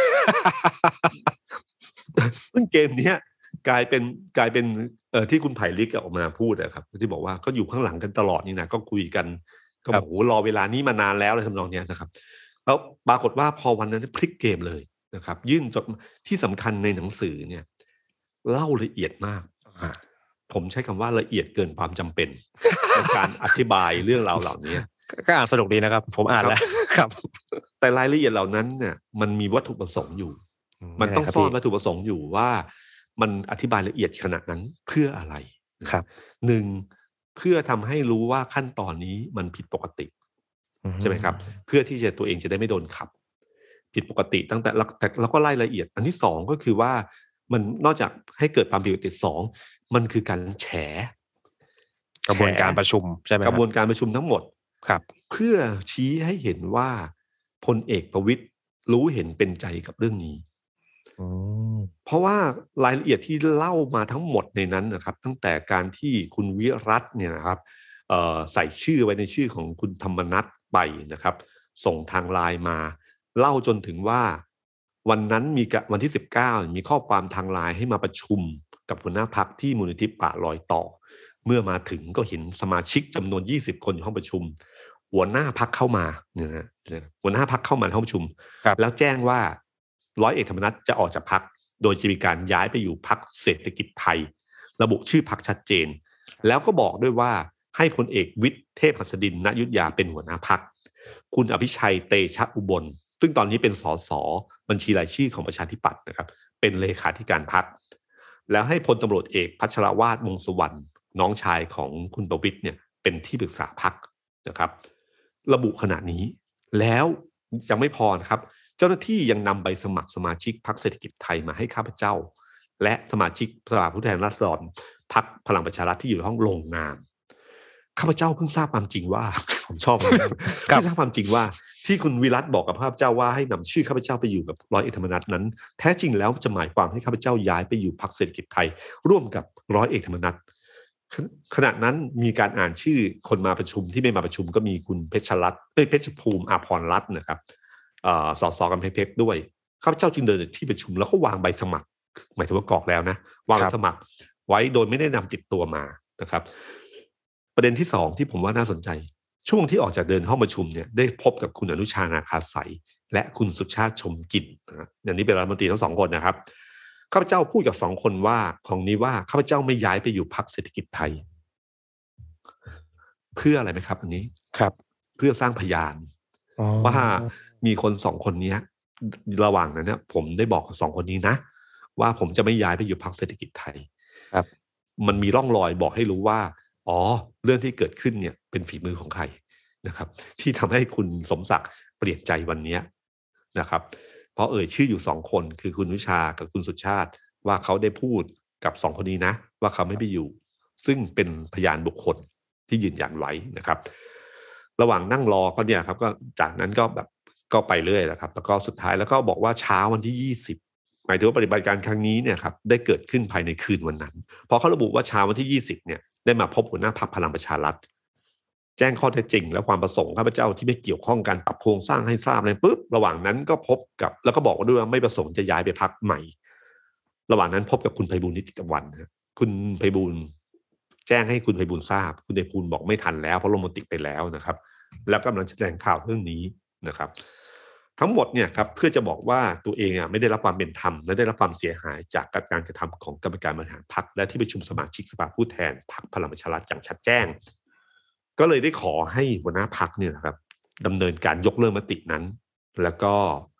ซึ่งเกมนี้กลายเป็นกลายเป็นเอ่อที่คุณไผ่ลิกออกมาพูดนะครับที่บอกว่าก็อยู่ข้างหลังกันตลอดนี่นะก็คุยกันก็บอกโอ้รอเวลานี้มานานแล้วอะไรทำนองนี้นะครับแล้วปรากฏว่าพอวันนั้นพลิกเกมเลยนะครับยื่นจดที่สำคัญในหนังสือเนี่ยเล่าละเอียดมากผมใช้คำว่าละเอียดเกินความจำเป็นในการอธิบายเรื่องราวเหล่านี้ก็อ่านสนุกดีนะครับผมอ่านแล้วครับแต่รายละเอียดเหล่านั้นเนี่ยมันมีวัตถุประสงค์อยู่มันต้องซ่อนวัตถุประสงค์อยู่ว่ามันอธิบายละเอียดขนาดนั้นเพื่ออะไรครับหนึ่งเพื่อทำให้รู้ว่าขั้นตอนนี้มันผิดปกติใช่ไหมครับเพื่อที่จะตัวเองจะได้ไม่โดนขับผิดปกติตั้งแต่แต่เราก็ไล่ละเอียดอันที่สองก็คือว่ามันนอกจากให้เกิดความผิดปกติสองมันคือการแฉกระบวนการประชุมใช่ไหมกระบวนการประชุมทั้งหมดครับเพื่อชี้ให้เห็นว่าพลเอกประวิตรรู้เห็นเป็นใจกับเรื่องนี้เพราะว่ารายละเอียดที่เล่ามาทั้งหมดในนั้นนะครับตั้งแต่การที่คุณวิรัตน์เนี่ยนะครับใส่ชื่อไว้ในชื่อของคุณธรรมนัสไปนะครับส่งทางไลน์มาเล่าจนถึงว่าวันนั้นมีวันที่สิบเก้ามีข้อความทางไลน์ให้มาประชุมกับหัวหน้าพรรคที่มูลนิธิป่ารอยต่อเมื่อมาถึงก็เห็นสมาชิกจำนวนยี่สิบคนอยู่ห้องประชุมหัวหน้าพรรคเข้ามาเนี่ยนะหัวหน้าพรรคเข้ามาในห้องประชุมแล้วแจ้งว่าร้อยเอกธรรมนัสจะออกจากพรรคโดยจะมีการย้ายไปอยู่พรรคเศรษฐกิจไทยระบุชื่อพรรคชัดเจนแล้วก็บอกด้วยว่าให้พลเอกวิทย์เทพหัสดินณอยุธยาเป็นหัวหน้าพรรคคุณอภิชัยเตชะอุบลซึ่งตอนนี้เป็นสสบัญชีรายชื่อของประชาธิปัตย์นะครับเป็นเลขาธิการพรรคแล้วให้พลตำรวจเอกพัชรวาทวงษ์สุวรรณน้องชายของคุณประวิตรเนี่ยเป็นที่ปรึกษาพรรคนะครับระบุขณะนี้แล้วยังไม่พอนะครับเจ้าหน้าที่ยังนำใบสมัครสมาชิกพรรคเศรษฐกิจไทยมาให้ข้าพเจ้าและสมาชิกสภาผู้แทนราษฎรพรรคพลังประชารัฐที่อยู่ในห้องลงนามข้าพเจ้าเพิ่งทราบความจริงว่า ผมชอบเพิ่งทราบความจริงว่าที่คุณวิรัตบอกกับข้าพเจ้าว่าให้นำชื่อข้าพเจ้าไปอยู่กับร้อยเอกธรรมนัสนั้นแท้จริงแล้วจะหมายความให้ข้าพเจ้าย้ายไปอยู่พรรคเศรษฐกิจไทยร่วมกับร้อยเอกธรรมนัสขณะนั้นมีการอ่านชื่อคนมาประชุมที่ไม่มาประชุมก็มีคุณเพชรรัตน์เพชรภูมิอาภรณ์รัตน์นะครับสสกำแพงเพชรด้วยข้าพเจ้าจึงเดินที่ประชุมแล้วก็วางใบสมัครหมายถึงว่ากรอกแล้วนะวางใบสมัครไว้โดยไม่ได้นำติดตัวมานะครับประเด็นที่สองที่ผมว่าน่าสนใจช่วงที่ออกจากเดินห้องประชุมเนี่ยได้พบกับคุณอนุชานาคาใสและคุณสุชาติชมกลิ่นนะอย่างนี้เป็นรัฐมนตรีทั้งสองคนนะครับข้าพเจ้าพูดกับสองคนว่าของนี้ว่าข้าพเจ้าไม่ย้ายไปอยู่พรรคเศรษฐกิจไทยเพื่ออะไรไหมครับอันนี้ครับเพื่อสร้างพยานว่ามีคนสองคนนี้ระหว่างนั้นเนี่ยผมได้บอกกับสองคนนี้นะว่าผมจะไม่ย้ายไปอยู่พรรคเศรษฐกิจไทยครับมันมีร่องรอยบอกให้รู้ว่าอ๋อเรื่องที่เกิดขึ้นเนี่ยเป็นฝีมือของใครนะครับที่ทำให้คุณสมศักดิ์เปลี่ยนใจวันนี้นะครับเพราะเอ่ยชื่ออยู่สองคนคือคุณวิชากับคุณสุชาติว่าเขาได้พูดกับสองคนนี้นะว่าเขาไม่ไปอยู่ซึ่งเป็นพยานบุคคลที่ยืนยันไว้นะครับระหว่างนั่งรอก็เนี่ยครับก็จากนั้นก็แบบก็ไปเรื่อยนะครับแล้วก็สุดท้ายแล้วก็บอกว่าเช้าวันที่ยี่สิบหมายถึงว่าปฏิบัติการครั้งนี้เนี่ยครับได้เกิดขึ้นภายในคืนวันนั้นพอเขาระบุว่าเช้าวันที่ยี่สิบเนี่ยได้มาพบหัวหน้าพรรคพลังประชารัฐแจ้งข้อเท็จจริงและความประสงค์ข้าพเจ้าที่ไม่เกี่ยวข้องการปรับโครงสร้างให้ทราบเลยปุ๊บระหว่างนั้นก็พบกับแล้วก็บอกว่าด้วยว่าไม่ประสงค์จะย้ายไปพรรคใหม่ระหว่างนั้นพบกับคุณไพบูลย์นิติตะวันนะคุณไพบูลย์แจ้งให้คุณไพบูลย์ทราบคุณไพบูลย์บอกไม่ทันแล้วเพราะลงมติไปแล้วนะครับแล้วกำลังแถลงข่าวเรื่องนี้นะครับทั้งหมดเนี่ยครับเพื่อจะบอกว่าตัวเองอ่ะไม่ได้รับความเป็นธรรมและได้รับความเสียหายจากการกระทำของกรรมการบริหารพรรคและที่ประชุมสมาชิกสภาผู้แทนพรรคพลังประชารัฐอย่างชัดแจ้งก็เลยได้ขอให้หัวหน้าพรรคเนี่ยนะครับดำเนินการยกเลิกมตินั้นแล้วก็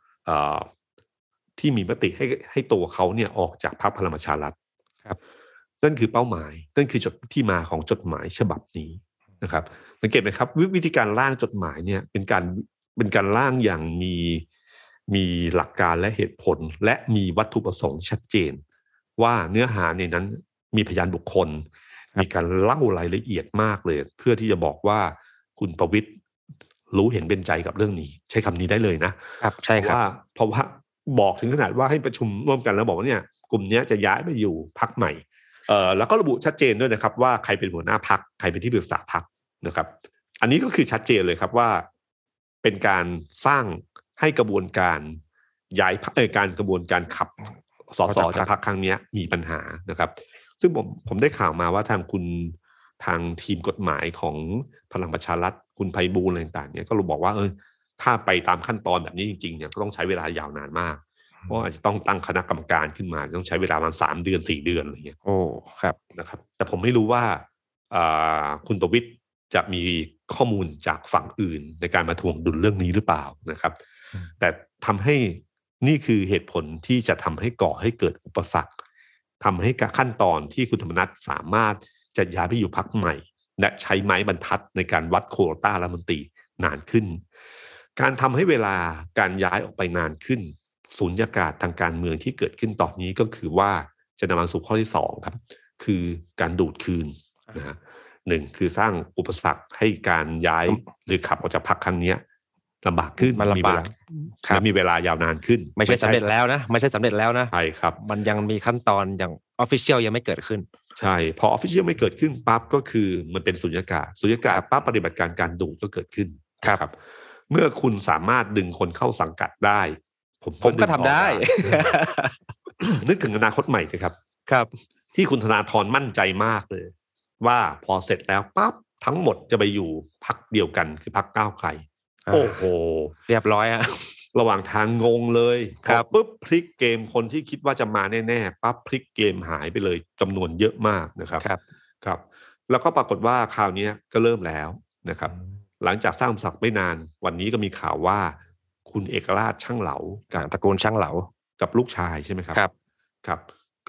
ที่มีมติให้ให้ตัวเขาเนี่ยออกจากพรรคพลังประชารัฐครับนั่นคือเป้าหมายนั่นคือจุดที่มาของจดหมายฉบับนี้นะครับสังเกตไหมครับวิธีการร่างจดหมายเนี่ยเป็นการเป็นการร่างอย่างมีมีหลักการและเหตุผลและมีวัตถุประสงค์ชัดเจนว่าเนื้อหาในนั้นมีพยานบุคคลมีการเล่ารายละเอียดมากเลยเพื่อที่จะบอกว่าคุณประวิตรรู้เห็นเป็นใจกับเรื่องนี้ใช้คำนี้ได้เลยนะครับใช่ครับว่าเพราะว่าบอกถึงขนาดว่าให้ประชุมร่วมกันแล้วบอกว่าเนี่ยกลุ่มนี้จะย้ายไปอยู่พรรคใหม่เอ่อแล้วก็ระบุชัดเจนด้วยนะครับว่าใครเป็นหัวหน้าพรรคใครเป็นที่ปรึกษาพรรคนะครับอันนี้ก็คือชัดเจนเลยครับว่าเป็นการสร้างให้กระบวนการย้ายเอ่อการกระบวนการขับสสจากพรรคครั้งนี้มีปัญหานะครับซึ่งผมผมได้ข่าวมาว่าทางคุณทางทีมกฎหมายของพลังประชารัฐคุณไพบูลย์อะไรต่างๆเนี่ยก็บอกว่าเออถ้าไปตามขั้นตอนแบบนี้จริงๆเนี่ยก็ต้องใช้เวลายาวนานมากเพราะอาจจะต้องตั้งคณะกรรมการขึ้นมาต้องใช้เวลาประมาณสามเดือนสี่เดือนอะไรเงี้ยโอ้ครับนะครับแต่ผมไม่รู้ว่าคุณประวิตรจะมีข้อมูลจากฝั่งอื่นในการมาทวงดุลเรื่องนี้หรือเปล่านะครับแต่ทำให้นี่คือเหตุผลที่จะทำให้ก่อให้เกิดอุปสรรคทำให้ขั้นตอนที่คุณธรรมนัสสามารถจะย้ายไปอยู่พรรคใหม่และใช้ไม้บรรทัดในการวัดโควต้ารัฐมนตรีนานขึ้นการทำให้เวลาการย้ายออกไปนานขึ้นสูญญากาศทางการเมืองที่เกิดขึ้นตอนนี้ก็คือว่าจะนำมาสู่ข้อที่สองครับคือการดูดคืนนะฮะหนึ่งคือสร้างอุปสรรคให้การย้ายหรือขับออกจากพรรคครั้งนี้ลำบากขึ้นมีเวลาและมีเวลายาวนานขึ้นไม่ใช่สำเร็จแล้วนะไม่ใช่สำเร็จแล้วนะใช่ครับมันยังมีขั้นตอนอย่างออฟฟิเชียลยังไม่เกิดขึ้นใช่พอออฟฟิเชียลไม่เกิดขึ้นปั๊บก็คือมันเป็นสุญญากาศสุญญากาศปั๊บปฏิบัติการการดูดก็เกิดขึ้นครับเมื่อคุณสามารถดึงคนเข้าสังกัดได้ผมผมก็ทำได้นึกถึงอนาคตใหม่เลยครับครับที่คุณธนาธรมั่นใจมากเลยว่าพอเสร็จแล้วปั๊บทั้งหมดจะไปอยู่พรรคเดียวกันคือพรรคก้าวไกลโอ้โหเรียบร้อยฮะระหว่างทางงงเลยครับปุ๊บพลิกเกมคนที่คิดว่าจะมาแน่ๆปั๊บพลิกเกมหายไปเลยจำนวนเยอะมากนะครับครับครับแล้วก็ปรากฏว่าคราวนี้ก็เริ่มแล้วนะครับหลังจากสร้างศักดิ์ไม่นานวันนี้ก็มีข่าวว่าคุณเอกราชช่างเหลากับตระกูลช่างเหลากับลูกชายใช่ไหมครับครับครับ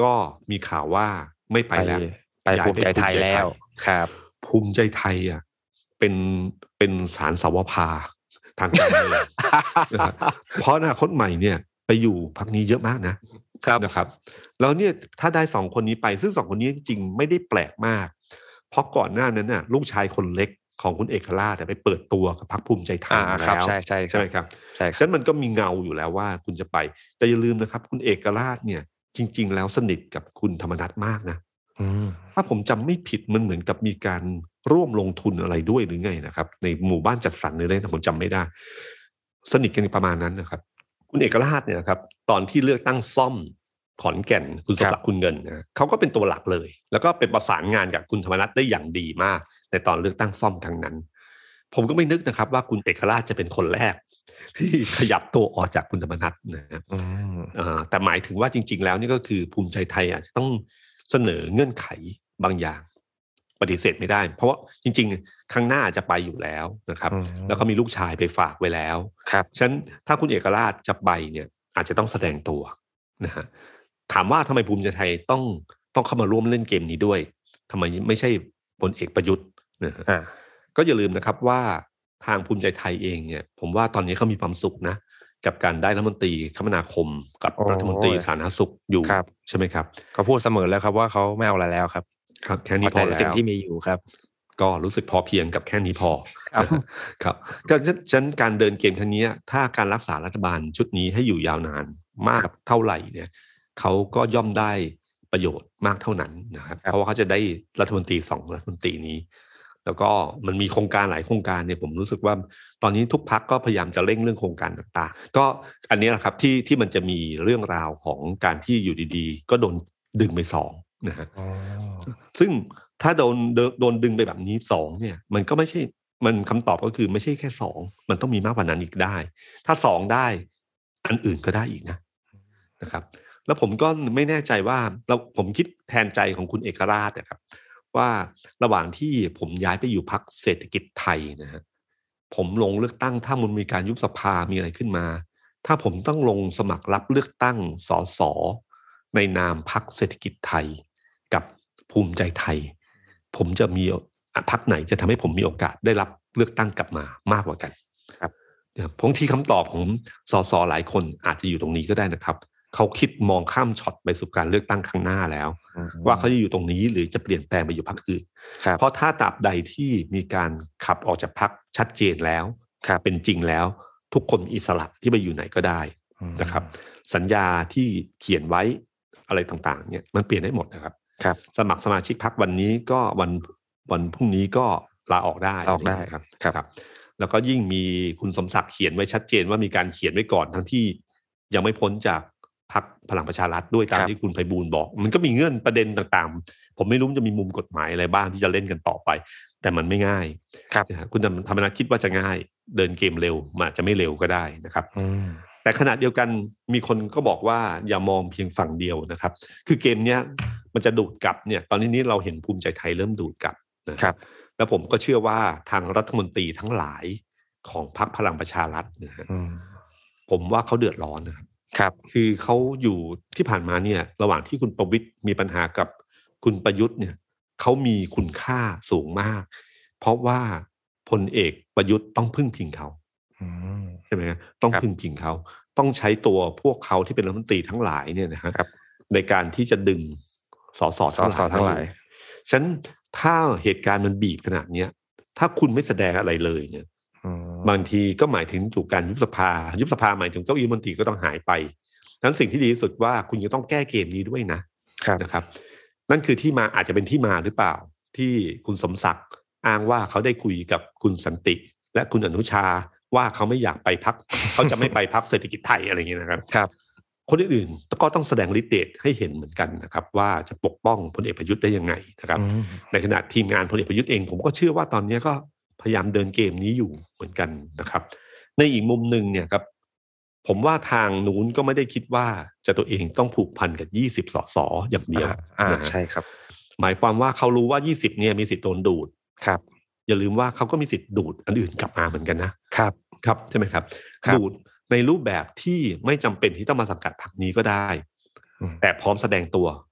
ก็มีข่าวว่าไม่ไปแล้วไปภูมิใจไทยแล้วครับภูมิใจไทยอ่ะเป็นเป็นสารสวภาทางการเมืองนะเพราะอนาคตใหม่เนี่ยไปอยู่พรรคนี้เยอะมากนะครับนะครับแล้วเนี่ยถ้าได้สองคนนี้ไปซึ่งสองคนนี้จริงๆไม่ได้แปลกมากเพราะก่อนหน้านั้นน่ะลูกชายคนเล็กของคุณเอกราชไปเปิดตัวกับพรรคภูมิใจไทยมาแล้วใช่ใช่ใช่ไหมครับใช่ฉะนั้นมันก็มีเงาอยู่แล้วว่าคุณจะไปแต่อย่าลืมนะครับคุณเอกราชเนี่ยจริงๆแล้วสนิทกับคุณธรรมนัสมากนะถ้าผมจำไม่ผิดมันเหมือนกับมีการร่วมลงทุนอะไรด้วยหรือไงนะครับในหมู่บ้านจัดสรรหรืออะไรผมจำไม่ได้สนิทกันประมาณนั้นนะครับคุณเอกราชเนี่ยครับตอนที่เลือกตั้งซ่อมขอนแก่นคุณสมศักดิ์คุณเงินนะเขาก็เป็นตัวหลักเลยแล้วก็เป็นประสานงานกับคุณธรรมนัสได้อย่างดีมากในตอนเลือกตั้งซ่อมครั้งนั้นผมก็ไม่นึกนะครับว่าคุณเอกราชจะเป็นคนแรกที่ขยับตัวออกจากคุณธรรมนัสนะครับแต่หมายถึงว่าจริงๆแล้วนี่ก็คือภูมิใจไทยอาจจะต้องเสนอเงื่อนไขบางอย่างปฏิเสธไม่ได้เพราะว่าจริงๆข้างหน้าจะไปอยู่แล้วนะครับแล้วก็มีลูกชายไปฝากไว้แล้วฉะนั้นถ้าคุณเอกราชจะไปเนี่ยอาจจะต้องแสดงตัวนะฮะถามว่าทำไมภูมิใจไทยต้องต้องเข้ามาร่วมเล่นเกมนี้ด้วยทำไมไม่ใช่พลเอกประยุทธ์นะฮะก็อย่าลืมนะครับว่าทางภูมิใจไทยเองเนี่ยผมว่าตอนนี้เขามีความสุขนะกับการได้รัฐมนตรีคมนาคมกับรัฐมนตรีสาธารณสุขอยู่ใช่ไหมครับเขาพูดเสมอแล้วครับว่าเขาไม่เอาอะไรแล้วครับครับแค่นี้พอแล้วสิ่งที่มีอยู่ครับก็รู้สึกพอเพียงกับแค่นี้พอครับก็ฉะนั้นการเดินเกมครั้งนี้ถ้าการรักษารัฐบาลชุดนี้ให้อยู่ยาวนานมากเท่าไหร่เนี่ยเขาก็ย่อมได้ประโยชน์มากเท่านั้นนะครับเพราะว่าเขาจะได้รัฐมนตรีสองรัฐมนตรีนี้แล้วก็มันมีโครงการหลายโครงการเนี่ยผมรู้สึกว่าตอนนี้ทุกพรรคก็พยายามจะเร่งเรื่องโครงการต่างๆก็อันนี้แหละครับที่ที่มันจะมีเรื่องราวของการที่อยู่ดีๆก็โดนดึงไปสองนะฮะซึ่งถ้าโดนโดนดึงไปแบบนี้สองเนี่ยมันก็ไม่ใช่มันคำตอบก็คือไม่ใช่แค่สองมันต้องมีมากกว่านั้นอีกได้ถ้าสองได้อันอื่นก็ได้อีกนะนะครับแล้วผมก็ไม่แน่ใจว่าเราผมคิดแทนใจของคุณเอกราชนะครับว่าระหว่างที่ผมย้ายไปอยู่พรรคเศรษฐกิจไทยนะฮะผมลงเลือกตั้งถ้ามันมีการยุบสภามีอะไรขึ้นมาถ้าผมต้องลงสมัครรับเลือกตั้งสสในนามพรรคเศรษฐกิจไทยกับภูมิใจไทยผมจะมีพรรคไหนจะทำให้ผมมีโอกาสได้รับเลือกตั้งกลับมามากกว่ากันครับบางทีคำตอบของสสหลายคนอาจจะอยู่ตรงนี้ก็ได้นะครับเขาคิดมองข้ามช็อตไปสู่การเลือกตั้งข้างหน้าแล้วว่าเขาจะอยู่ตรงนี้หรือจะเปลี่ยนแปลงไปอยู่พรรคอื่นเพราะถ้าตราบใดที่มีการขับออกจากพรรคชัดเจนแล้วเป็นจริงแล้วทุกคนมีอิสระที่ไปอยู่ไหนก็ได้นะครับสัญญาที่เขียนไว้อะไรต่างๆเนี่ยมันเปลี่ยนได้หมดนะครับสมัครสมาชิกพรรควันนี้ก็วันวันพรุ่งนี้ก็ลาออกได้ออกได้ครับครับแล้วก็ยิ่งมีคุณสมศักดิ์เขียนไว้ชัดเจนว่ามีการเขียนไว้ก่อนทั้งที่ยังไม่พ้นจากพรรคพลังประชารัฐด้วยตามที่คุณไพบูลย์บอกมันก็มีเงื่อนประเด็นต่างๆผมไม่รู้จะมีมุมกฎหมายอะไรบ้างที่จะเล่นกันต่อไปแต่มันไม่ง่ายคุณธรรมนัสคิดว่าจะง่ายเดินเกมเร็วมันอาจจะไม่เร็วก็ได้นะครับแต่ขณะเดียวกันมีคนก็บอกว่าอย่ามองเพียงฝั่งเดียวนะครับคือเกมเนี้ยมันจะดูดกลับเนี่ยตอนนี้เราเห็นภูมิใจไทยเริ่มดูดกลับนะครับแล้วผมก็เชื่อว่าทางรัฐมนตรีทั้งหลายของพรรคพลังประชารัฐนะฮะผมว่าเขาเดือดร้อนนะครับครับคือเขาอยู่ที่ผ่านมาเนี่ยระหว่างที่คุณประวิตรมีปัญหากับคุณประยุทธ์เนี่ยเขามีคุณค่าสูงมากเพราะว่าพลเอกประยุทธ์ต้องพึ่งพิงเขาใช่ไหมครับต้องพึ่งพิงเขาต้องใช้ตัวพวกเขาที่เป็นรัฐมนตรีทั้งหลายเนี่ยนะฮะในการที่จะดึงสสทั้งหลายฉะนั้นถ้าเหตุการณ์มันบีบขนาดนี้ถ้าคุณไม่แสดงอะไรเลยเนี่ยบางทีก็หมายถึงถูกการยุบสภายุบสภาหมายถึงเก้าอี้รัฐมนตรีก็ต้องหายไปนั้นสิ่งที่ดีที่สุดว่าคุณจะต้องแก้เกมนี้ด้วยนะนะครับนั่นคือที่มาอาจจะเป็นที่มาหรือเปล่าที่คุณสมศักดิ์อ้างว่าเขาได้คุยกับคุณสันติและคุณอนุชาว่าเขาไม่อยากไปพรรค เขาจะไม่ไปพรรคเศรษฐกิจไทยอะไรอย่างเงี้ยนะครับครับคนอื่นๆก็ต้องแสดงฤทธิ์เดชให้เห็นเหมือนกันนะครับว่าจะปกป้องพลเอกประยุทธ์ได้ยังไงนะครับในขณะทีมงานพลเอกประยุทธ์เองผมก็เชื่อว่าตอนนี้ก็พยายามเดินเกมนี้อยู่เหมือนกันนะครับในอีกมุมนึงเนี่ยครับผมว่าทางนู้นก็ไม่ได้คิดว่าจะตัวเองต้องผูกพันกับยี่สิบสสอย่างเดียวนะใช่ครับหมายความว่าเขารู้ว่ายี่สิบเนี่ยมีสิทธิ์โดนดูดครับอย่าลืมว่าเขาก็มีสิทธิ์ดูดอันอื่นกลับมาเหมือนกันนะครับครับใช่ไหมครับดูดในรูปแบบที่ไม่จำเป็นที่ต้องมาสังกัดพรรคนี้ก็ได้แต่พร้อมแสดงตัว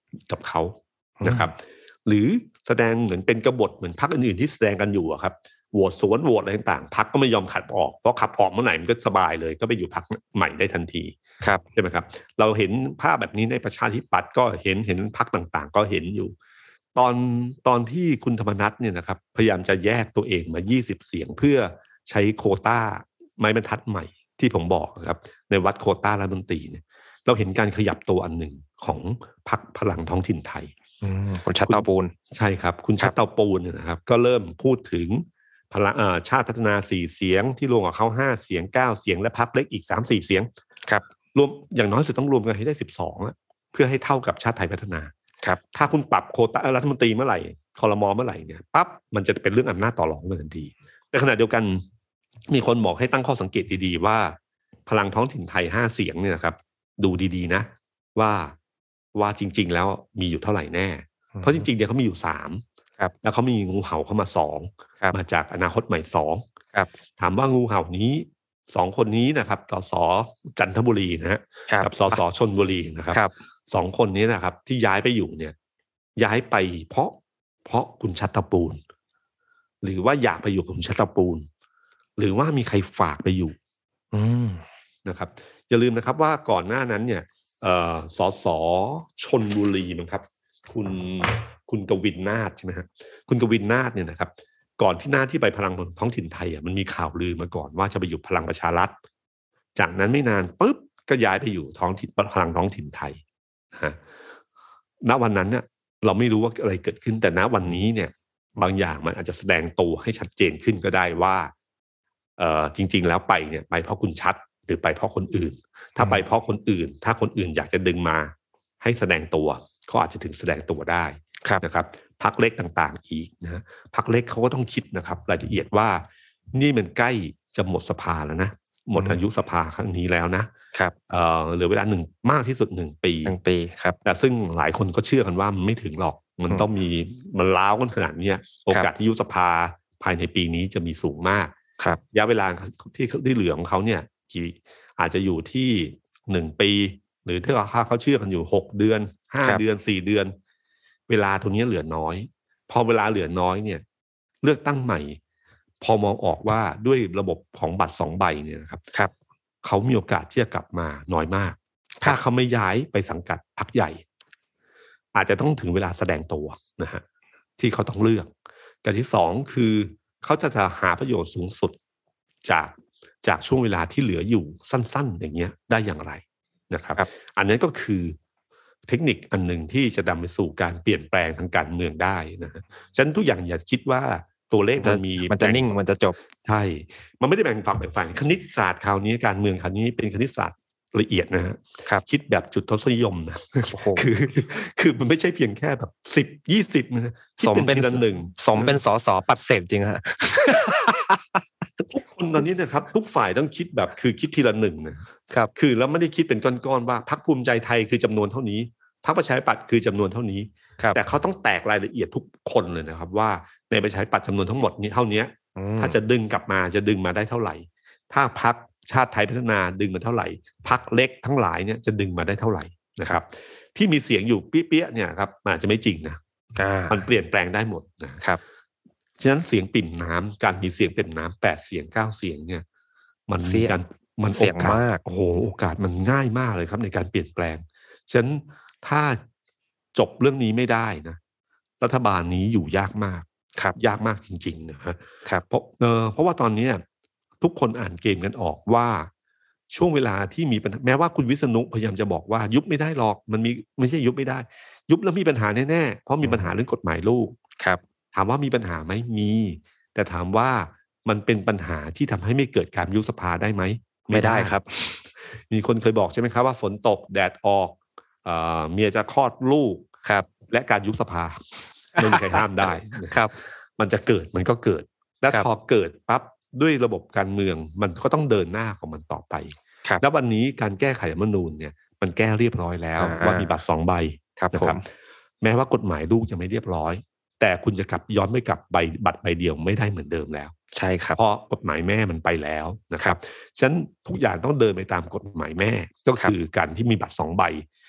กับเขานะครับหรือแสดงเหมือนเป็นกบฏเหมือนพรรคอื่นๆที่แสดงกันอยู่ครับโหวตสวนโหวตอะไรต่างๆพรรคก็ไม่ยอมขับออกเพราะขับออกเมื่อไหร่มันก็สบายเลยก็ไปอยู่พรรคใหม่ได้ทันทีครับใช่ไหมครับเราเห็นภาพแบบนี้ในประชาธิปัตย์ก็เห็นเห็นพรรคต่างๆก็เห็นอยู่ตอนตอนที่คุณธรรมนัสเนี่ยนะครับพยายามจะแยกตัวเองมายี่สิบเสียงเพื่อใช้โควต้าไม้บรรทัดใหม่ที่ผมบอกครับในวัดโควต้ารัฐมนตรีเนี่ยเราเห็นการขยับตัวอันหนึ่งของพรรคพลังท้องถิ่นไทยคุณชัดเตาปูนใช่ครับคุณชัดเตาปูนนะครับก็เริ่มพูดถึงพลังชาติพัฒนาสี่เสียงที่รวมกับเขาห้าเสียงเก้าเสียงและพรรคเล็กอีก สามสี่ เสียงครับรวมอย่างน้อยสุดต้องรวมกันให้ได้สิบสองอ่ะเพื่อให้เท่ากับชาติไทยพัฒนาครับถ้าคุณปรับโควต้ารัฐมนตรีเมื่อไหร่ครม.เมื่อไหร่เนี่ยปั๊บมันจะเป็นเรื่องอำนาจต่อรองกันทันทีแต่ขณะเดียวกันมีคนบอกให้ตั้งข้อสังเกตดีๆว่าพลังท้องถิ่นไทยห้าเสียงเนี่ยนะครับดูดีๆนะว่าว่าจริงๆแล้วมีอยู่เท่าไหร่แน่เพราะจริงๆเดี๋ยวเขามีอยู่สามแล้วเขามีงูเห่าเข้ามาสองมาจากอนาคตใหม่สองถามว่างูเห่านี้สองคนนี้นะครับสสจันทบุรีนะฮะกับสสชลบุรีนะครับสองคนนี้นะครับที่ย้ายไปอยู่เนี่ยย้ายไปเพราะเพราะคุณชัตรปูนหรือว่าอยากไปอยู่กับคุณชัตรปูนหรือว่ามีใครฝากไปอยู่นะครับอย่าลืมนะครับว่าก่อนหน้านั้นเนี่ยสสชลบุรีมั้งครับคุณคุณกวินนาถใช่ไหมครับคุณกวินนาถเนี่ยนะครับก่อนที่หน้าที่ไปพลังท้องถิ่นไทยอ่ะมันมีข่าวลือมาก่อนว่าจะไปอยู่พลังประชารัฐจากนั้นไม่นานปุ๊บก็ย้ายไปอยู่ท้องถิ่นพลังท้องถิ่นไทยนะฮะณวันนั้นเนี่ยเราไม่รู้ว่าอะไรเกิดขึ้นแต่ณวันนี้เนี่ยบางอย่างมันอาจจะแสดงตัวให้ชัดเจนขึ้นก็ได้ว่าเอ่อจริงๆแล้วไปเนี่ยไปเพราะคุณชัดหรือไปเพราะคนอื่นถ้าไปเพราะคนอื่นถ้าคนอื่นอยากจะดึงมาให้แสดงตัวเขาอาจจะถึงแสดงตัวได้นะครับพรรคเล็กต่างๆอีกนะพรรคเล็กเขาก็ต้องคิดนะครับรายละเอียดว่านี่มันใกล้จะหมดสภาแล้วนะหมดอายุสภาครั้งนี้แล้วนะครับเอ่อเหลือเวลาหนึ่งมากที่สุดหนึ่งปีหนึ่งปีครับแต่ซึ่งหลายคนก็เชื่อกันว่ามันไม่ถึงหรอกมันต้องมีมันล้าวกันขนาดนี้โอกาสที่ยุบสภาภายในปีนี้จะมีสูงมากครับระยะเวลาที่ที่เหลือของเขาเนี่ยอาจจะอยู่ที่หนึ่งปีหรือถ้าเขาเชื่อกันอยู่หกเดือนห้าเดือนสี่เดือนเวลาตรงนี้เหลือน้อยพอเวลาเหลือน้อยเนี่ยเลือกตั้งใหม่พอมองออกว่าด้วยระบบของบัตรสองใบเนี่ยนะครับครับเขามีโอกาสที่จะกลับมาน้อยมากถ้าเขาไม่ย้ายไปสังกัดพรรคใหญ่อาจจะต้องถึงเวลาแสดงตัวนะฮะที่เขาต้องเลือกการที่สองคือเขาจะจะหาประโยชน์สูงสุดจากจากช่วงเวลาที่เหลืออยู่สั้นๆอย่างเงี้ยได้อย่างไรนะครับอันนั้นก็คือเทคนิคอันหนึ่งที่จะนำไปสู่การเปลี่ยนแปลงทางการเมืองได้นะฮะฉะนั้นทุกอย่างอย่าคิดว่าตัวเลขมันมีมันจะนิ่งมันจะจบใช่มันไม่ได้แบ่งฝักแบ่งฝ่ายคณิตศาสตร์คราวนี้การเมืองคราวนี้เป็นคณิตศาสตร์ละเอียดนะฮะคิดแบบจุดทศนิยมนะคือคือมันไม่ใช่เพียงแค่แบบสิบยี่สิบนะสมเป็นทีละหนึ่งสมเป็นสสปัดเศษจริงฮะทุกคนตอนนี้นะครับทุกฝ่ายต้องคิดแบบคือคิดทีละหนึ่งนะครับคือแล้วไม่ได้คิดเป็นก้อนๆว่าพรรคภูมิใจไทยคือจำนวนเท่านี้พรรคประชาธิปัตย์คือจำนวนเท่านี้แต่เขาต้องแตกรายละเอียดทุกคนเลยนะครับว่าในประชาธิปัตย์จำนวนทั้งหมดนี้เท่านี้ถ้าจะดึงกลับมาจะดึงมาได้เท่าไหร่ถ้าพรรคชาติไทยพัฒนาดึงมาเท่าไหร่พรรคเล็กทั้งหลายเนี่ยจะดึงมาได้เท่าไหร่นะครับที่มีเสียงอยู่เปี้ยๆเนี่ยครับอาจจะไม่จริงนะมันเปลี่ยนแปลงได้หมดนะครับฉะนั้นเสียงปิ่มน้ำการมีเสียงปิ่มน้ำแปดเสียงเก้าเสียงเนี่ยมันมีการมันโอกาสโอ้โหโอกาสมันง่ายมากเลยครับในการเปลี่ยนแปลงฉะนั้นถ้าจบเรื่องนี้ไม่ได้นะรัฐบาลนี้อยู่ยากมากครับยากมากจริงๆนะฮะครับเพราะเออเพราะว่าตอนนี้ทุกคนอ่านเกมกันออกว่าช่วงเวลาที่มีปัญหาแม้ว่าคุณวิษณุพยายามจะบอกว่ายุบไม่ได้หรอกมันมีไม่ใช่ยุบไม่ได้ยุบแล้วมีปัญหาแน่ๆเพราะมีปัญหาเรื่องกฎหมายลูกครับถามว่ามีปัญหาไหมมีแต่ถามว่ามันเป็นปัญหาที่ทำให้ไม่เกิดการยุบสภาได้ไหมไม่ได้ครับมีคนเคยบอกใช่ไหมครับว่าฝนตกแดดออกเอ่อเมียจะคลอดลูกครับและการยุบสภาไม่มีใครห้ามได้ครับมันจะเกิดมันก็เกิดและพอเกิดปั๊บด้วยระบบการเมืองมันก็ต้องเดินหน้าของมันต่อไปแล้ววันนี้การแก้ไขรัฐธรรมนูญเนี่ยมันแก้เรียบร้อยแล้วว่ามีบัตรสองใบนะครับแม้ว่ากฎหมายลูกจะไม่เรียบร้อยแต่คุณจะกลับย้อนไปกับใบบัตรใบเดียวไม่ได้เหมือนเดิมแล้วใช่ครับเพราะกฎหมายแม่มันไปแล้วนะครับฉะนั้นทุกอย่างต้องเดินไปตามกฎหมายแม่ก็คือการที่มีบัตรสองใบ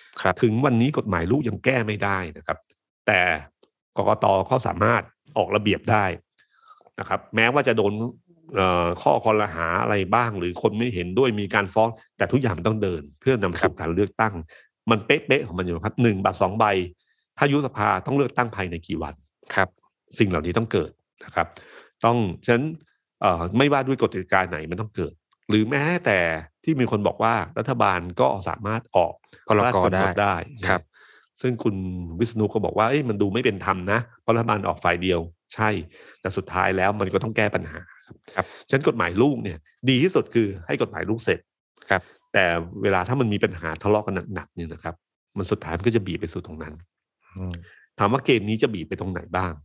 ครับถึงวันนี้กฎหมายลูกยังแก้ไม่ได้นะครับแต่กกต.ก็สามารถออกระเบียบได้นะครับแม้ว่าจะโดนข้อคอรหาอะไรบ้างหรือคนไม่เห็นด้วยมีการฟ้องแต่ทุกอย่างมันต้องเดินเพื่อนำสู่การเลือกตั้งมันเป๊ะๆของมันอยู่ครับหนึ่งบัตรสองใบถ้ายุบสภาต้องเลือกตั้งภายในกี่วันครับสิ่งเหล่านี้ต้องเกิดนะครับต้องฉะนั้นไม่ว่าด้วยกฎกติกาไหนมันต้องเกิดหรือแม้แต่ที่มีคนบอกว่ารัฐบาลก็สามารถออกพรกได้ได้ครับซึ่งคุณวิษณุก็บอกว่าเอ้ยมันดูไม่เป็นธรรมนะเพราะรัฐบาลออกฝ่ายเดียวใช่แต่สุดท้ายแล้วมันก็ต้องแก้ปัญหาครับฉะนั้นกฎหมายลูกเนี่ยดีที่สุดคือให้กฎหมายลูกเสร็จครับแต่เวลาถ้ามันมีปัญหาทะเลาะกันหนักๆเนี่ยนะครับมันสุดท้ายมันก็จะบีบไปสู่ตรงนั้นถามว่าเกมนี้จะบีบไปตรงไหนบ้าง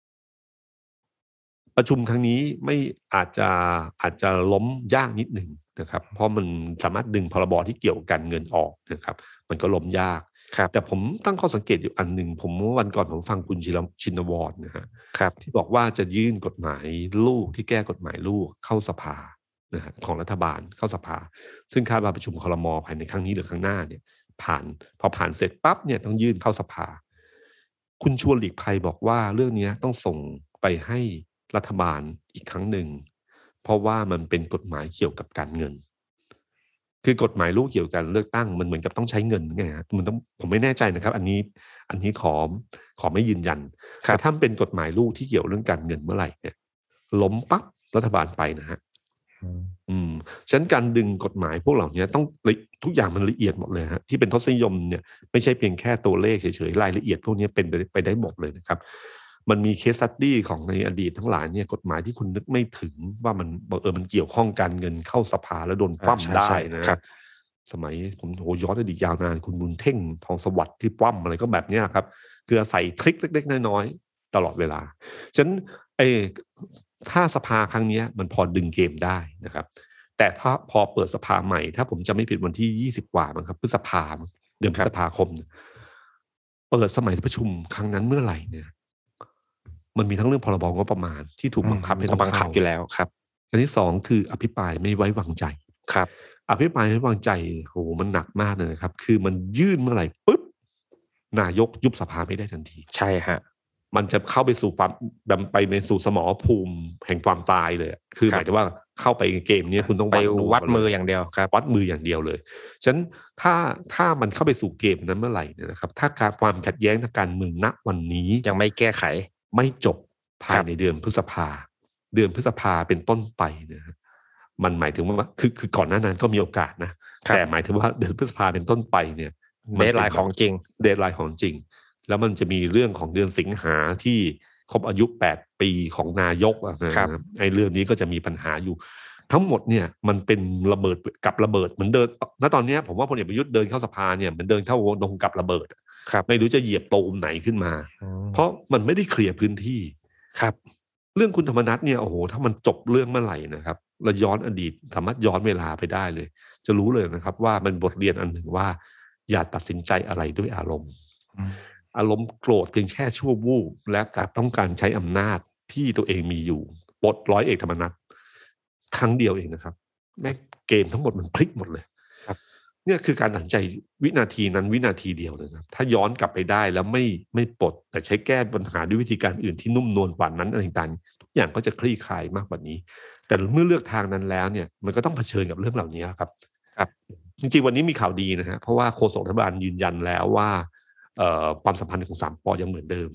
ประชุมครั้งนี้ไม่อาจจะอาจจะล้มยากนิดหนึ่งนะครับเพราะมันสามารถดึงพรบที่เกี่ยวกับการเงินออกนะครับมันก็ล้มยากแต่ผมตั้งข้อสังเกตอยู่อันหนึ่งผมเมื่อวันก่อนผมฟังคุณชินวรนะฮะที่บอกว่าจะยื่นกฎหมายลูกที่แก้กฎหมายลูกเข้าสภานะฮะของรัฐบาลเข้าสภาซึ่งคาดว่าประชุมครม.ภายในครั้งนี้หรือครั้งหน้าเนี่ยผ่านพอผ่านเสร็จปั๊บเนี่ยต้องยื่นเข้าสภาคุณชวนหลีกภัยบอกว่าเรื่องนี้ต้องส่งไปให้รัฐบาลอีกครั้งหนึ่งเพราะว่ามันเป็นกฎหมายเกี่ยวกับการเงินคือกฎหมายลูกเกี่ยวกับการเลือกตั้งมันเหมือนกับต้องใช้เงินไงฮะมันต้องผมไม่แน่ใจนะครับอันนี้อันนี้ขอขอไม่ยืนยันแต่ถ้าเป็นกฎหมายลูกที่เกี่ยวเรื่องการเงินเมื่อไหร่เนี่ยล้มปั๊บรัฐบาลไปนะฮะอืมฉะนั้นการดึงกฎหมายพวกเหล่านี้ต้องทุกอย่างมันละเอียดหมดเลยฮะที่เป็นทศนิยมเนี่ยไม่ใช่เพียงแค่ตัวเลขเฉยๆรายละเอียดพวกนี้เป็นไปได้หมดเลยนะครับมันมีเคสสตั๊ดดี้ของในอดีตทั้งหลายเนี่ยกฎหมายที่คุณนึกไม่ถึงว่ามันเออมันเกี่ยวข้องการเงินเข้าสภาแล้วโดนคว่ำได้นะสมัยผมโหย้อนอดีตยาวนานคุณบุญเท่งทองสวัสดิ์ที่คว่ำอะไรก็แบบนี้ครับคือใส่ทริคเล็กๆน้อยๆตลอดเวลาฉะนั้นไอ้ถ้าสภาครั้งนี้มันพอดึงเกมได้นะครับแต่ถ้าพอเปิดสภาใหม่ถ้าผมจะไม่ผิดวันที่ยี่สิบกว่ามั้งครับพฤษภาเดือนพฤษภาคมเปิดสมัยประชุมครั้งนั้นเมื่อไหร่เนี่ยมันมีทั้งเรื่องพรบงบประมาณที่ถูกบังคับให้ต้องบังคับอยู่แล้วครับอันที่สองคืออภิปรายไม่ไว้วางใจครับอภิปรายไม่ไว้วางใจโหมันหนักมากเลยนะครับคือมันยื่นเมื่อไหร่ปุ๊บนายกยุบสภาไม่ได้ทันทีใช่ฮะมันจะเข้าไปสู่ความแบบไปในสู่สมรภูมิแห่งความตายเลยคือหมายถึงว่าเข้าไปเกมนี้คุณต้องไปวัดมืออย่างเดียวครับวัดมืออย่างเดียวเลยฉะนั้นถ้าถ้ามันเข้าไปสู่เกมนั้นเมื่อไหร่เนี่ยนะครับถ้าการความขัดแย้งทางการเมืองณวันนี้ยังไม่แก้ไขไม่จบภายในเดือนพฤษภาเดือนพฤษภาเป็นต้นไปนะมันหมายถึงว่าคือคือก่อนหน้านั้นก็มีโอกาสนะแต่หมายถึงว่าเดือนพฤษภาเป็นต้นไปเนี่ยเดดไลน์ของจริงเดดไลน์ของจริงแล้วมันจะมีเรื่องของเดือนสิงหาที่ครบอายุแปดปีของนายกนะครับไอ้เรื่องนี้ก็จะมีปัญหาอยู่ทั้งหมดเนี่ยมันเป็นระเบิดกับระเบิดเหมือนเดินณตอนนี้ผมว่าพลเอกประยุทธ์เดินเข้าสภาเนี่ยเหมือนเดินเข้าดงกับระเบิดไม่รู้จะเหยียบตูมไหนขึ้นมาเพราะมันไม่ได้เคลียร์พื้นที่ครับเรื่องคุณธรรมนัสเนี่ยโอ้โหถ้ามันจบเรื่องเมื่อไหร่นะครับเราย้อนอดีตสามารถย้อนเวลาไปได้เลยจะรู้เลยนะครับว่ามันบทเรียนอันหนึ่งว่าอย่าตัดสินใจอะไรด้วยอารมณ์อารมณ์โกรธเพียงแค่ชั่ววูบและต้องการใช้อำนาจที่ตัวเองมีอยู่ปลดร้อยเอกธรรมนัสครั้งเดียวเองนะครับแม่เกมทั้งหมดมันพลิกหมดเลยครับเนี่ยคือการตัดสินใจวินาทีนั้นวินาทีเดียวเลยนะถ้าย้อนกลับไปได้แล้วไม่ไม่ปลดแต่ใช้แก้ปัญหาด้วยวิธีการอื่นที่นุ่มนวลกว่านั้นอะไรต่างๆทุกอย่างก็จะคลี่คลายมากกว่านี้แต่เมื่อเลือกทางนั้นแล้วเนี่ยมันก็ต้องเผชิญกับเรื่องเหล่านี้ครับครับจริงๆวันนี้มีข่าวดีนะฮะเพราะว่าโฆษกรัฐบาลยืนยันแล้วว่าความสัมพันธ์ของสามป.ยังเหมือนเดิม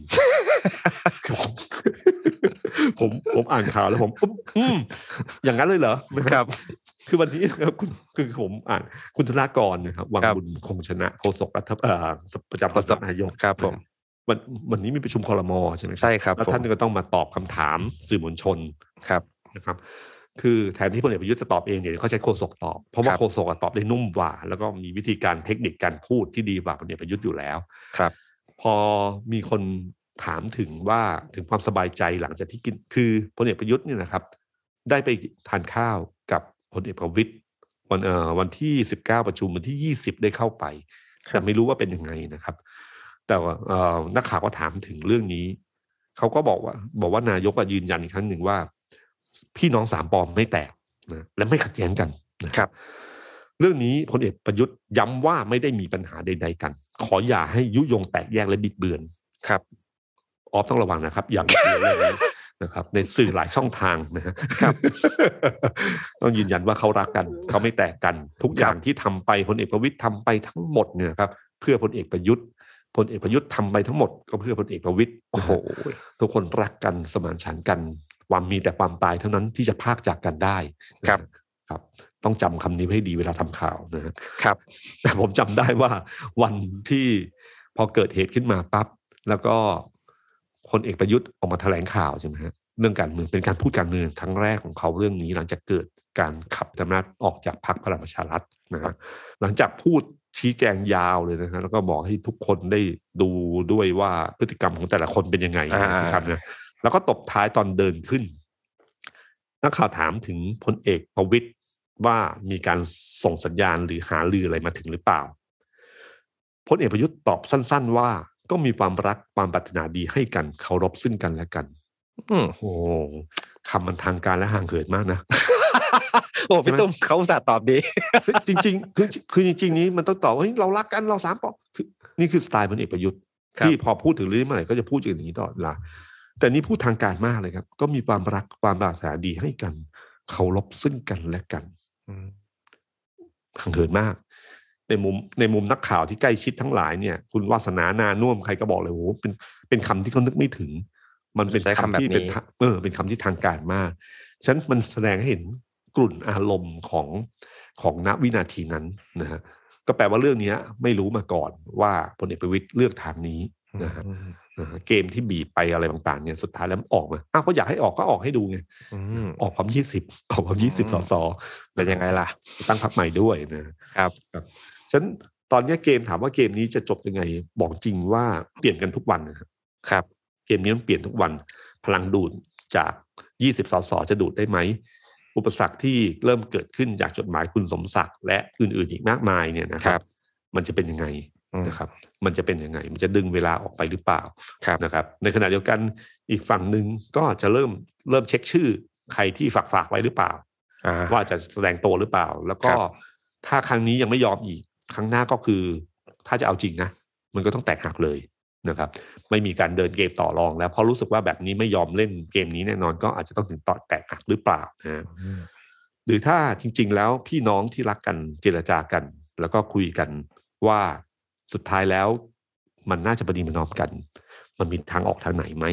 ผมผมอ่านข่าวแล้วผมอืมอย่างนั้นเลยเหรอครับคือวันนี้นะครับคือผมอ่านคุณธนากรนะครับวังบุญคงชนะโฆษกรัฐประจำสำนักนายกครับผมวันวันนี้มีประชุมครม.ใช่ไหมใช่ครับแล้วท่านก็ต้องมาตอบคำถามสื่อมวลชนครับนะครับคือแทนที่พลเอกประยุทธ์จะตอบเองเนี่ยเขาใช้โฆษกตอบเพราะว่าโฆษกตอบได้นุ่มกว่าแล้วก็มีวิธีการเทคนิคการพูดที่ดีกว่าพลเอกประยุทธ์อยู่แล้วครับพอมีคนถามถึงว่าถึงความสบายใจหลังจากที่กินคือพลเอกประยุทธ์เนี่ยนะครับได้ไปทานข้าวกับพลเอกประวิตรวันเอ่อวันที่สิบเก้าประชุมวันที่ยี่สิบได้เข้าไปแต่ไม่รู้ว่าเป็นยังไงนะครับแต่ว่าเอ่อนักข่าวก็ถามถึงเรื่องนี้เขาก็บอกว่าบอกว่านายกยืนยันอีกครั้งหนึ่งว่าพี่น้องสามป.ไม่แตกนะและไม่ขัดแย้งกันนะครับเรื่องนี้พลเอกประยุทธ์ย้ำว่าไม่ได้มีปัญหาใดๆกันขออย่าให้ยุยงแตกแยกและบิดเบือนครับออฟต้องระวังนะครับอย่าบิดเบือนเลยนะครับในสื่อหลายช่องทางนะฮะต้องยืนยันว่าเขารักกันเขาไม่แตกกันทุกอย่างที่ทำไปพลเอกประวิตรทำไปทั้งหมดเนี่ยครับเพื่อพลเอกประยุทธ์พลเอกประยุทธ์ทำไปทั้งหมดก็เพื่อพลเอกประวิตรโอ้โหทุกคนรักกันสมานฉันท์กันความมีแต่ความตายเท่านั้นที่จะพรากจากกันได้ครับครับต้องจำคำนี้ให้ดีเวลาทำข่าวนะครับแต่ผมจำได้ว่าวันที่พอเกิดเหตุขึ้นมาปั๊บแล้วก็พลเอกประยุทธ์ออกมาแถลงข่าวใช่ไหมฮะเรื่องการเมืองเป็นการพูดการเมืองครั้งแรกของเขาเรื่องนี้หลังจากเกิดการขับอำนาจออกจากพรรคพลังประชารัฐนะครับหลังจากพูดชี้แจงยาวเลยนะฮะแล้วก็บอกให้ทุกคนได้ดูด้วยว่าพฤติกรรมของแต่ละคนเป็นยังไงนะครับนะแล้วก็ตบท้ายตอนเดินขึ้นนักข่าวถามถึงพลเอกประวิตรว่ามีการส่งสัญญาณหรือหาลืออะไรมาถึงหรือเปล่าพลเอกประยุทธ์ตอบสั้นๆว่าก็มีความรักความปรารถนาดีให้กันเคารพซึ่งกันและกันอืมโอ้คำมันทางการและห่างเหินมากนะโอ้พี่ตุ้มเขาอุตส่าห์ตอบดีจริงๆคือคือจริงๆนี้มันต้องตอบว่าเฮ้ยเรารักกันเราสามปอคือนี่คือสไตล์พลเอกประยุทธ์ที่พอพูดถึงเรื่องเมื่อไหร่ก็จะพูดอย่างนี้ตลอดเวลาแต่นี่พูดทางการมากเลยครับก็มีความรักความปรารถนาดีให้กันเคารพซึ่งกันและกันห่างเหินมากในมุมในมุมนักข่าวที่ใกล้ชิดทั้งหลายเนี่ยคุณวาสนานานุ่มใครก็บอกเลยโอ้เป็นเป็นคำที่เขานึกไม่ถึงมันเป็นคำที่เป็นเออเป็นคำที่ทางการมากฉะนั้นมันแสดงให้เห็นกลุ่นอารมณ์ของของณวินาทีนั้นนะฮะก็แปลว่าเรื่องนี้ไม่รู้มาก่อนว่าพลเอกประวิตรเลือกทางนี้นะฮะเกมที่บีบไปอะไรต่างๆเนี่ยสุดท้ายแล้วออกมาอ้าวก็อยากให้ออกก็ออกให้ดูไงออกพร้อมยี่สิบออกพร้อมยี่สิบสสเป็นยังไงล่ะตั้งพรรคใหม่ด้วยนะครับครับฉะนั้นตอนนี้เกมถามว่าเกมนี้จะจบยังไงบอกจริงว่าเปลี่ยนกันทุกวันนะครับเกมนี้มันเปลี่ยนทุกวันพลังดูดจากยี่สิบสสจะดูดได้ไหมอุปสรรคที่เริ่มเกิดขึ้นจากจดหมายคุณสมศักดิ์และอื่นๆอีกมากมายเนี่ยนะครับมันจะเป็นยังไงนะครับมันจะเป็นยังไงมันจะดึงเวลาออกไปหรือเปล่านะครับในขณะเดียวกันอีกฝั่งหนึ่งก็จะเริ่มเริ่มเช็คชื่อใครที่ฝากฝากไว้หรือเปล่าว่าจะแสดงตัวหรือเปล่าแล้วก็ถ้าครั้งนี้ยังไม่ยอมอีกครั้งหน้าก็คือถ้าจะเอาจริงนะมันก็ต้องแตกหักเลยนะครับไม่มีการเดินเกมต่อรองแล้วเพราะรู้สึกว่าแบบนี้ไม่ยอมเล่นเกมนี้แน่นอนก็อาจจะต้องถึงต่อแตกหักหรือเปล่านะหรือถ้าจริงๆแล้วพี่น้องที่รักกันเจรจากันแล้วก็คุยกันว่าสุดท้ายแล้วมันน่าจะประนีประนอมกันมันมีทางออกทางไหนไหม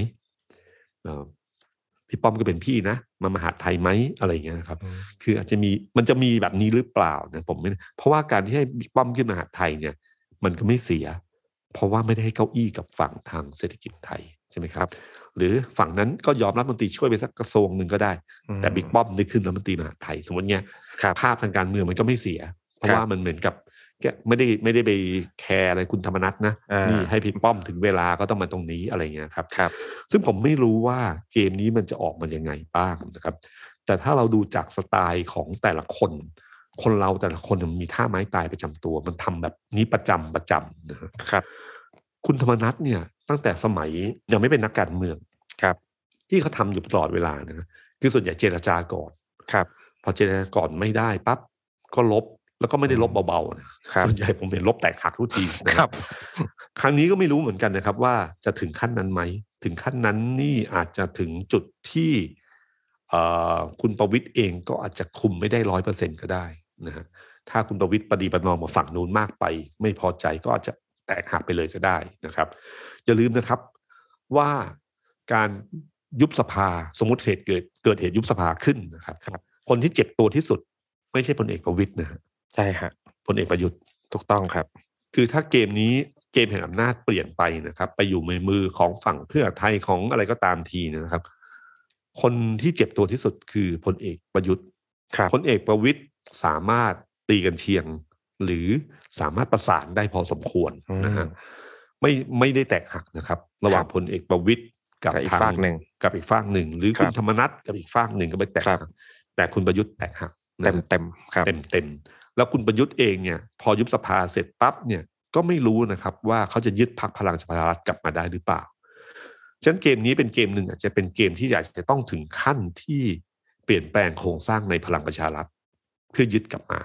พี่ป้อมก็เป็นพี่นะมามหาไทยไหมอะไรเงี้ยครับคืออาจจะมีมันจะมีแบบนี้หรือเปล่านะผมไม่เพราะว่าการที่ให้พี่ป้อมขึ้นมหาไทยเนี่ยมันก็ไม่เสียเพราะว่าไม่ได้ให้เก้าอี้กับฝั่งทางเศรษฐกิจไทยใช่ไหมครับหรือฝั่งนั้นก็ยอมรับรัฐมนตรีช่วยไปสักกระทรวงหนึ่งก็ได้แต่บิ๊กป้อมได้ขึ้นรัฐมนตรีมหาไทยสมมติเนี้ยภาพทางการเมืองมันก็ไม่เสียเพราะว่ามันเหมือนกับไม่ได้ไม่ได้ไปแคร์อะไรคุณธรรมนัสนะนี่ให้พี่ป้อมถึงเวลาก็ต้องมาตรงนี้อะไรเงี้ยครับซึ่งผมไม่รู้ว่าเกมนี้มันจะออกมายังไงบ้างนะครับแต่ถ้าเราดูจากสไตล์ของแต่ละคนคนเราแต่ละคนมันมีท่าไม้ตายประจำตัวมันทำแบบนี้ประจำประจำนะครับคุณธรรมนัสเนี่ยตั้งแต่สมัยยังไม่เป็นนักการเมืองครับที่เขาทำอยู่ตลอดเวลานะคือส่วนใหญ่เจรจาก่อนครับพอเจรจาก่อนไม่ได้ปั๊บก็ลบแล้วก็ไม่ได้ลบเบาๆนะส่วนใหญ่ผมเห็นลบแตกหักทุกทีนะครับครั้งนี้ก็ไม่รู้เหมือนกันนะครับว่าจะถึงขั้นนั้นไหมถึงขั้นนั้นนี่อาจจะถึงจุดที่คุณประวิตรเองก็อาจจะคุมไม่ได้ร้อยเปอร์เซ็นต์ก็ได้นะฮะถ้าคุณประวิตรปฏิบัตินอมกับฝั่งนู้นมากไปไม่พอใจก็อาจจะแตกหักไปเลยก็ได้นะครับอย่าลืมนะครับว่าการยุบสภาสมมติเหตุเกิดเกิดเหตุยุบสภาขึ้นนะครับคนที่เจ็บตัวที่สุดไม่ใช่พลเอกประวิตรนะฮะใช่ฮะพลเอกประยุทธ์ถูกต้องครับคือถ้าเกมนี้เกมแห่งอำนาจเปลี่ยนไปนะครับไปอยู่ในมือของฝั่งเพื่อไทยของอะไรก็ตามทีนะครับคนที่เจ็บตัวที่สุดคือพลเอกประยุทธ์พลเอกประวิตรสามารถตีกันเชียงหรือสามารถประสานได้พอสมควรนะฮะไม่ไม่ได้แตกหักนะครับระหว่างพลเอกประวิตรกับอีกฝั่งหนึ่งกับอีกฝั่งหนึ่งหรือคุณธรรมนัสกับอีกฝั่งหนึ่งก็ไม่แตกหักแต่คุณประยุทธ์แตกหักเต็มเต็มครับเต็มเต็มแล้วคุณประยุทธ์เองเนี่ยพอยุบสภาเสร็จปั๊บเนี่ยก็ไม่รู้นะครับว่าเขาจะยึดพรรคพลังประชารัฐกลับมาได้หรือเปล่าฉะนั้นเกมนี้เป็นเกมหนึ่งอาจจะเป็นเกมที่อยากจะต้องถึงขั้นที่เปลี่ยนแปลงโครงสร้างในพลังประชารัฐเพื่อยึดกลับมา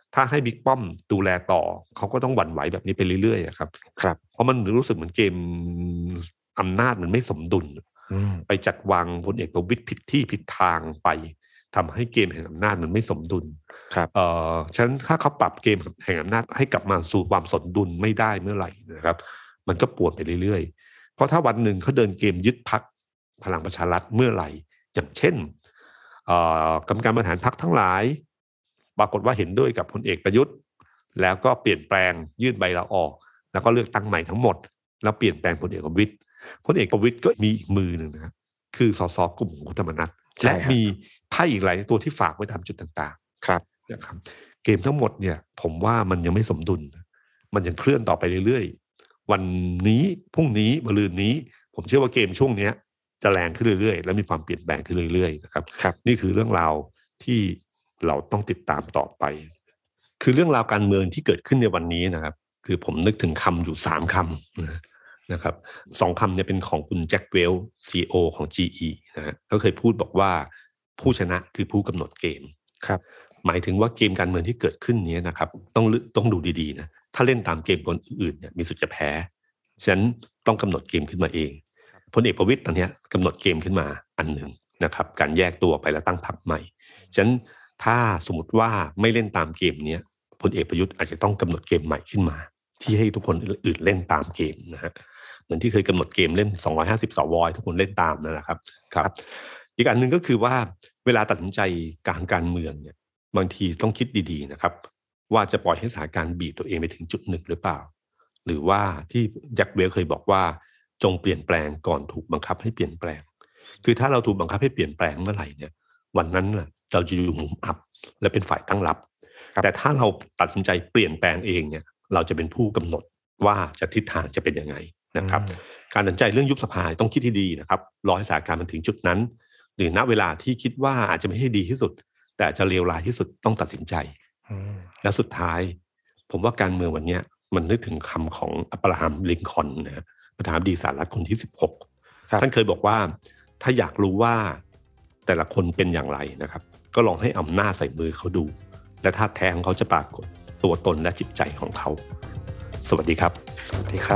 ถ้าให้บิ๊กป้อมดูแลต่อเขาก็ต้องหวั่นไหวแบบนี้ไปเรื่อยๆครับครับเพราะมันรู้สึกเหมือนเกมอำนาจมันไม่สมดุลไปจัดวางพลเอกประวิตรผิดที่ผิดทางไปทำให้เกมแห่งอำนาจมันไม่สมดุลครับเอ่อฉะนั้นถ้าเขาปรับเกมแห่งอำนาจให้กลับมาสู่ความสมดุลไม่ได้เมื่อไหร่นะครับมันก็ปวดไปเรื่อยๆเพราะถ้าวันหนึ่งเขาเดินเกมยึดพรรคพลังประชารัฐเมื่อไหร่อย่างเช่นกรรมการบริหารพรรคทั้งหลายปรากฏว่าเห็นด้วยกับพลเอกประยุทธ์แล้วก็เปลี่ยนแปลงยื่นใบลาออกแล้วก็เลือกตั้งใหม่ทั้งหมดแล้วเปลี่ยนแปลงพลเอกประวิตรพลเอกประวิตรก็มีอีกมือหนึ่งนะครับคือสสกลุ่มของคุณธรรมนัสและมีไพ่อีกหลายตัวที่ฝากไว้ตามจุดต่างๆครับนะครับเกมทั้งหมดเนี่ยผมว่ามันยังไม่สมดุลมันยังเคลื่อนต่อไปเรื่อยๆวันนี้พรุ่งนี้มะรืนนี้ผมเชื่อว่าเกมช่วงนี้จะแรงขึ้นเรื่อยๆและมีความเปลี่ยนแปลงขึ้นเรื่อยๆนะครับนี่คือเรื่องราวที่เราต้องติดตามต่อไปคือเรื่องราวการเมืองที่เกิดขึ้นในวันนี้นะครับคือผมนึกถึงคำอยู่สามคำนะครับสองคำเนี่ยเป็นของคุณแจ็คเวล ซี อี โอ ของ จี อี นะฮะเขาเคยพูดบอกว่าผู้ชนะคือผู้กำหนดเกมครับหมายถึงว่าเกมการเมืองที่เกิดขึ้นนี้นะครับต้องต้องดูดีๆนะถ้าเล่นตามเกมคนอื่นเนี่ยมีสิทธิ์จะแพ้ฉะนั้นต้องกำหนดเกมขึ้นมาเองพลเอกประวิตรตอนนี้กำหนดเกมขึ้นมาอันหนึ่งนะครับการแยกตัวไปแล้วตั้งพรรคใหม่ฉะนั้นถ้าสมมติว่าไม่เล่นตามเกมนี้พลเอกประยุทธ์อาจจะต้องกำหนดเกมใหม่ขึ้นมาที่ให้ทุกคนอื่นเล่นตามเกมนะฮะเหมือนที่เคยกำหนดเกมเล่นสองร้อยห้าสิบสวทุกคนเล่นตามนั่นแหละครับครับอีกอันนึงก็คือว่าเวลาตัดสินใจการการเมืองเนี่ยบางทีต้องคิดดีๆนะครับว่าจะปล่อยให้สถานการณ์บีบตัวเองไปถึงจุดหนึ่งหรือเปล่าหรือว่าที่แจ็คเวลเคยบอกว่าจงเปลี่ยนแปลงก่อนถูกบังคับให้เปลี่ยนแปลงคือถ้าเราถูกบังคับให้เปลี่ยนแปลงเมื่อไหร่เนี่ยวันนั้นเราจะอยู่มุมอับและเป็นฝ่ายตั้งรับแต่ถ้าเราตัดสินใจเปลี่ยนแปลงเองเนี่ยเราจะเป็นผู้กำหนดว่าจะทิศทางจะเป็นยังไงนะครับการตัดสินใจเรื่องยุบสภาต้องคิดที่ดีนะครับรอให้สถานการณ์มันถึงจุดนั้นหรือณเวลาที่คิดว่าอาจจะไม่ให้ดีที่สุดแต่จะเลวร้ายที่สุดต้องตัดสินใจและสุดท้ายผมว่าการเมืองวันนี้มันนึกถึงคำของอับราฮัมลิงคอล์นนะประธานาธิบดีสหรัฐคนที่สิบหกท่านเคยบอกว่าถ้าอยากรู้ว่าแต่ละคนเป็นอย่างไรนะครับก็ลองให้อำนาจใส่มือเขาดูและท่าแท้ของเขาจะปรากฏตัวตนและจิตใจของเขาสวัสดีครับสวัสดีครับ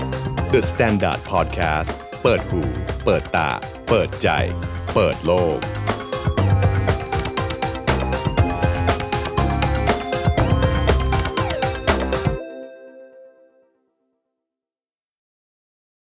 The Standard Podcast เปิดหูเปิดตาเปิดใจเปิดโลก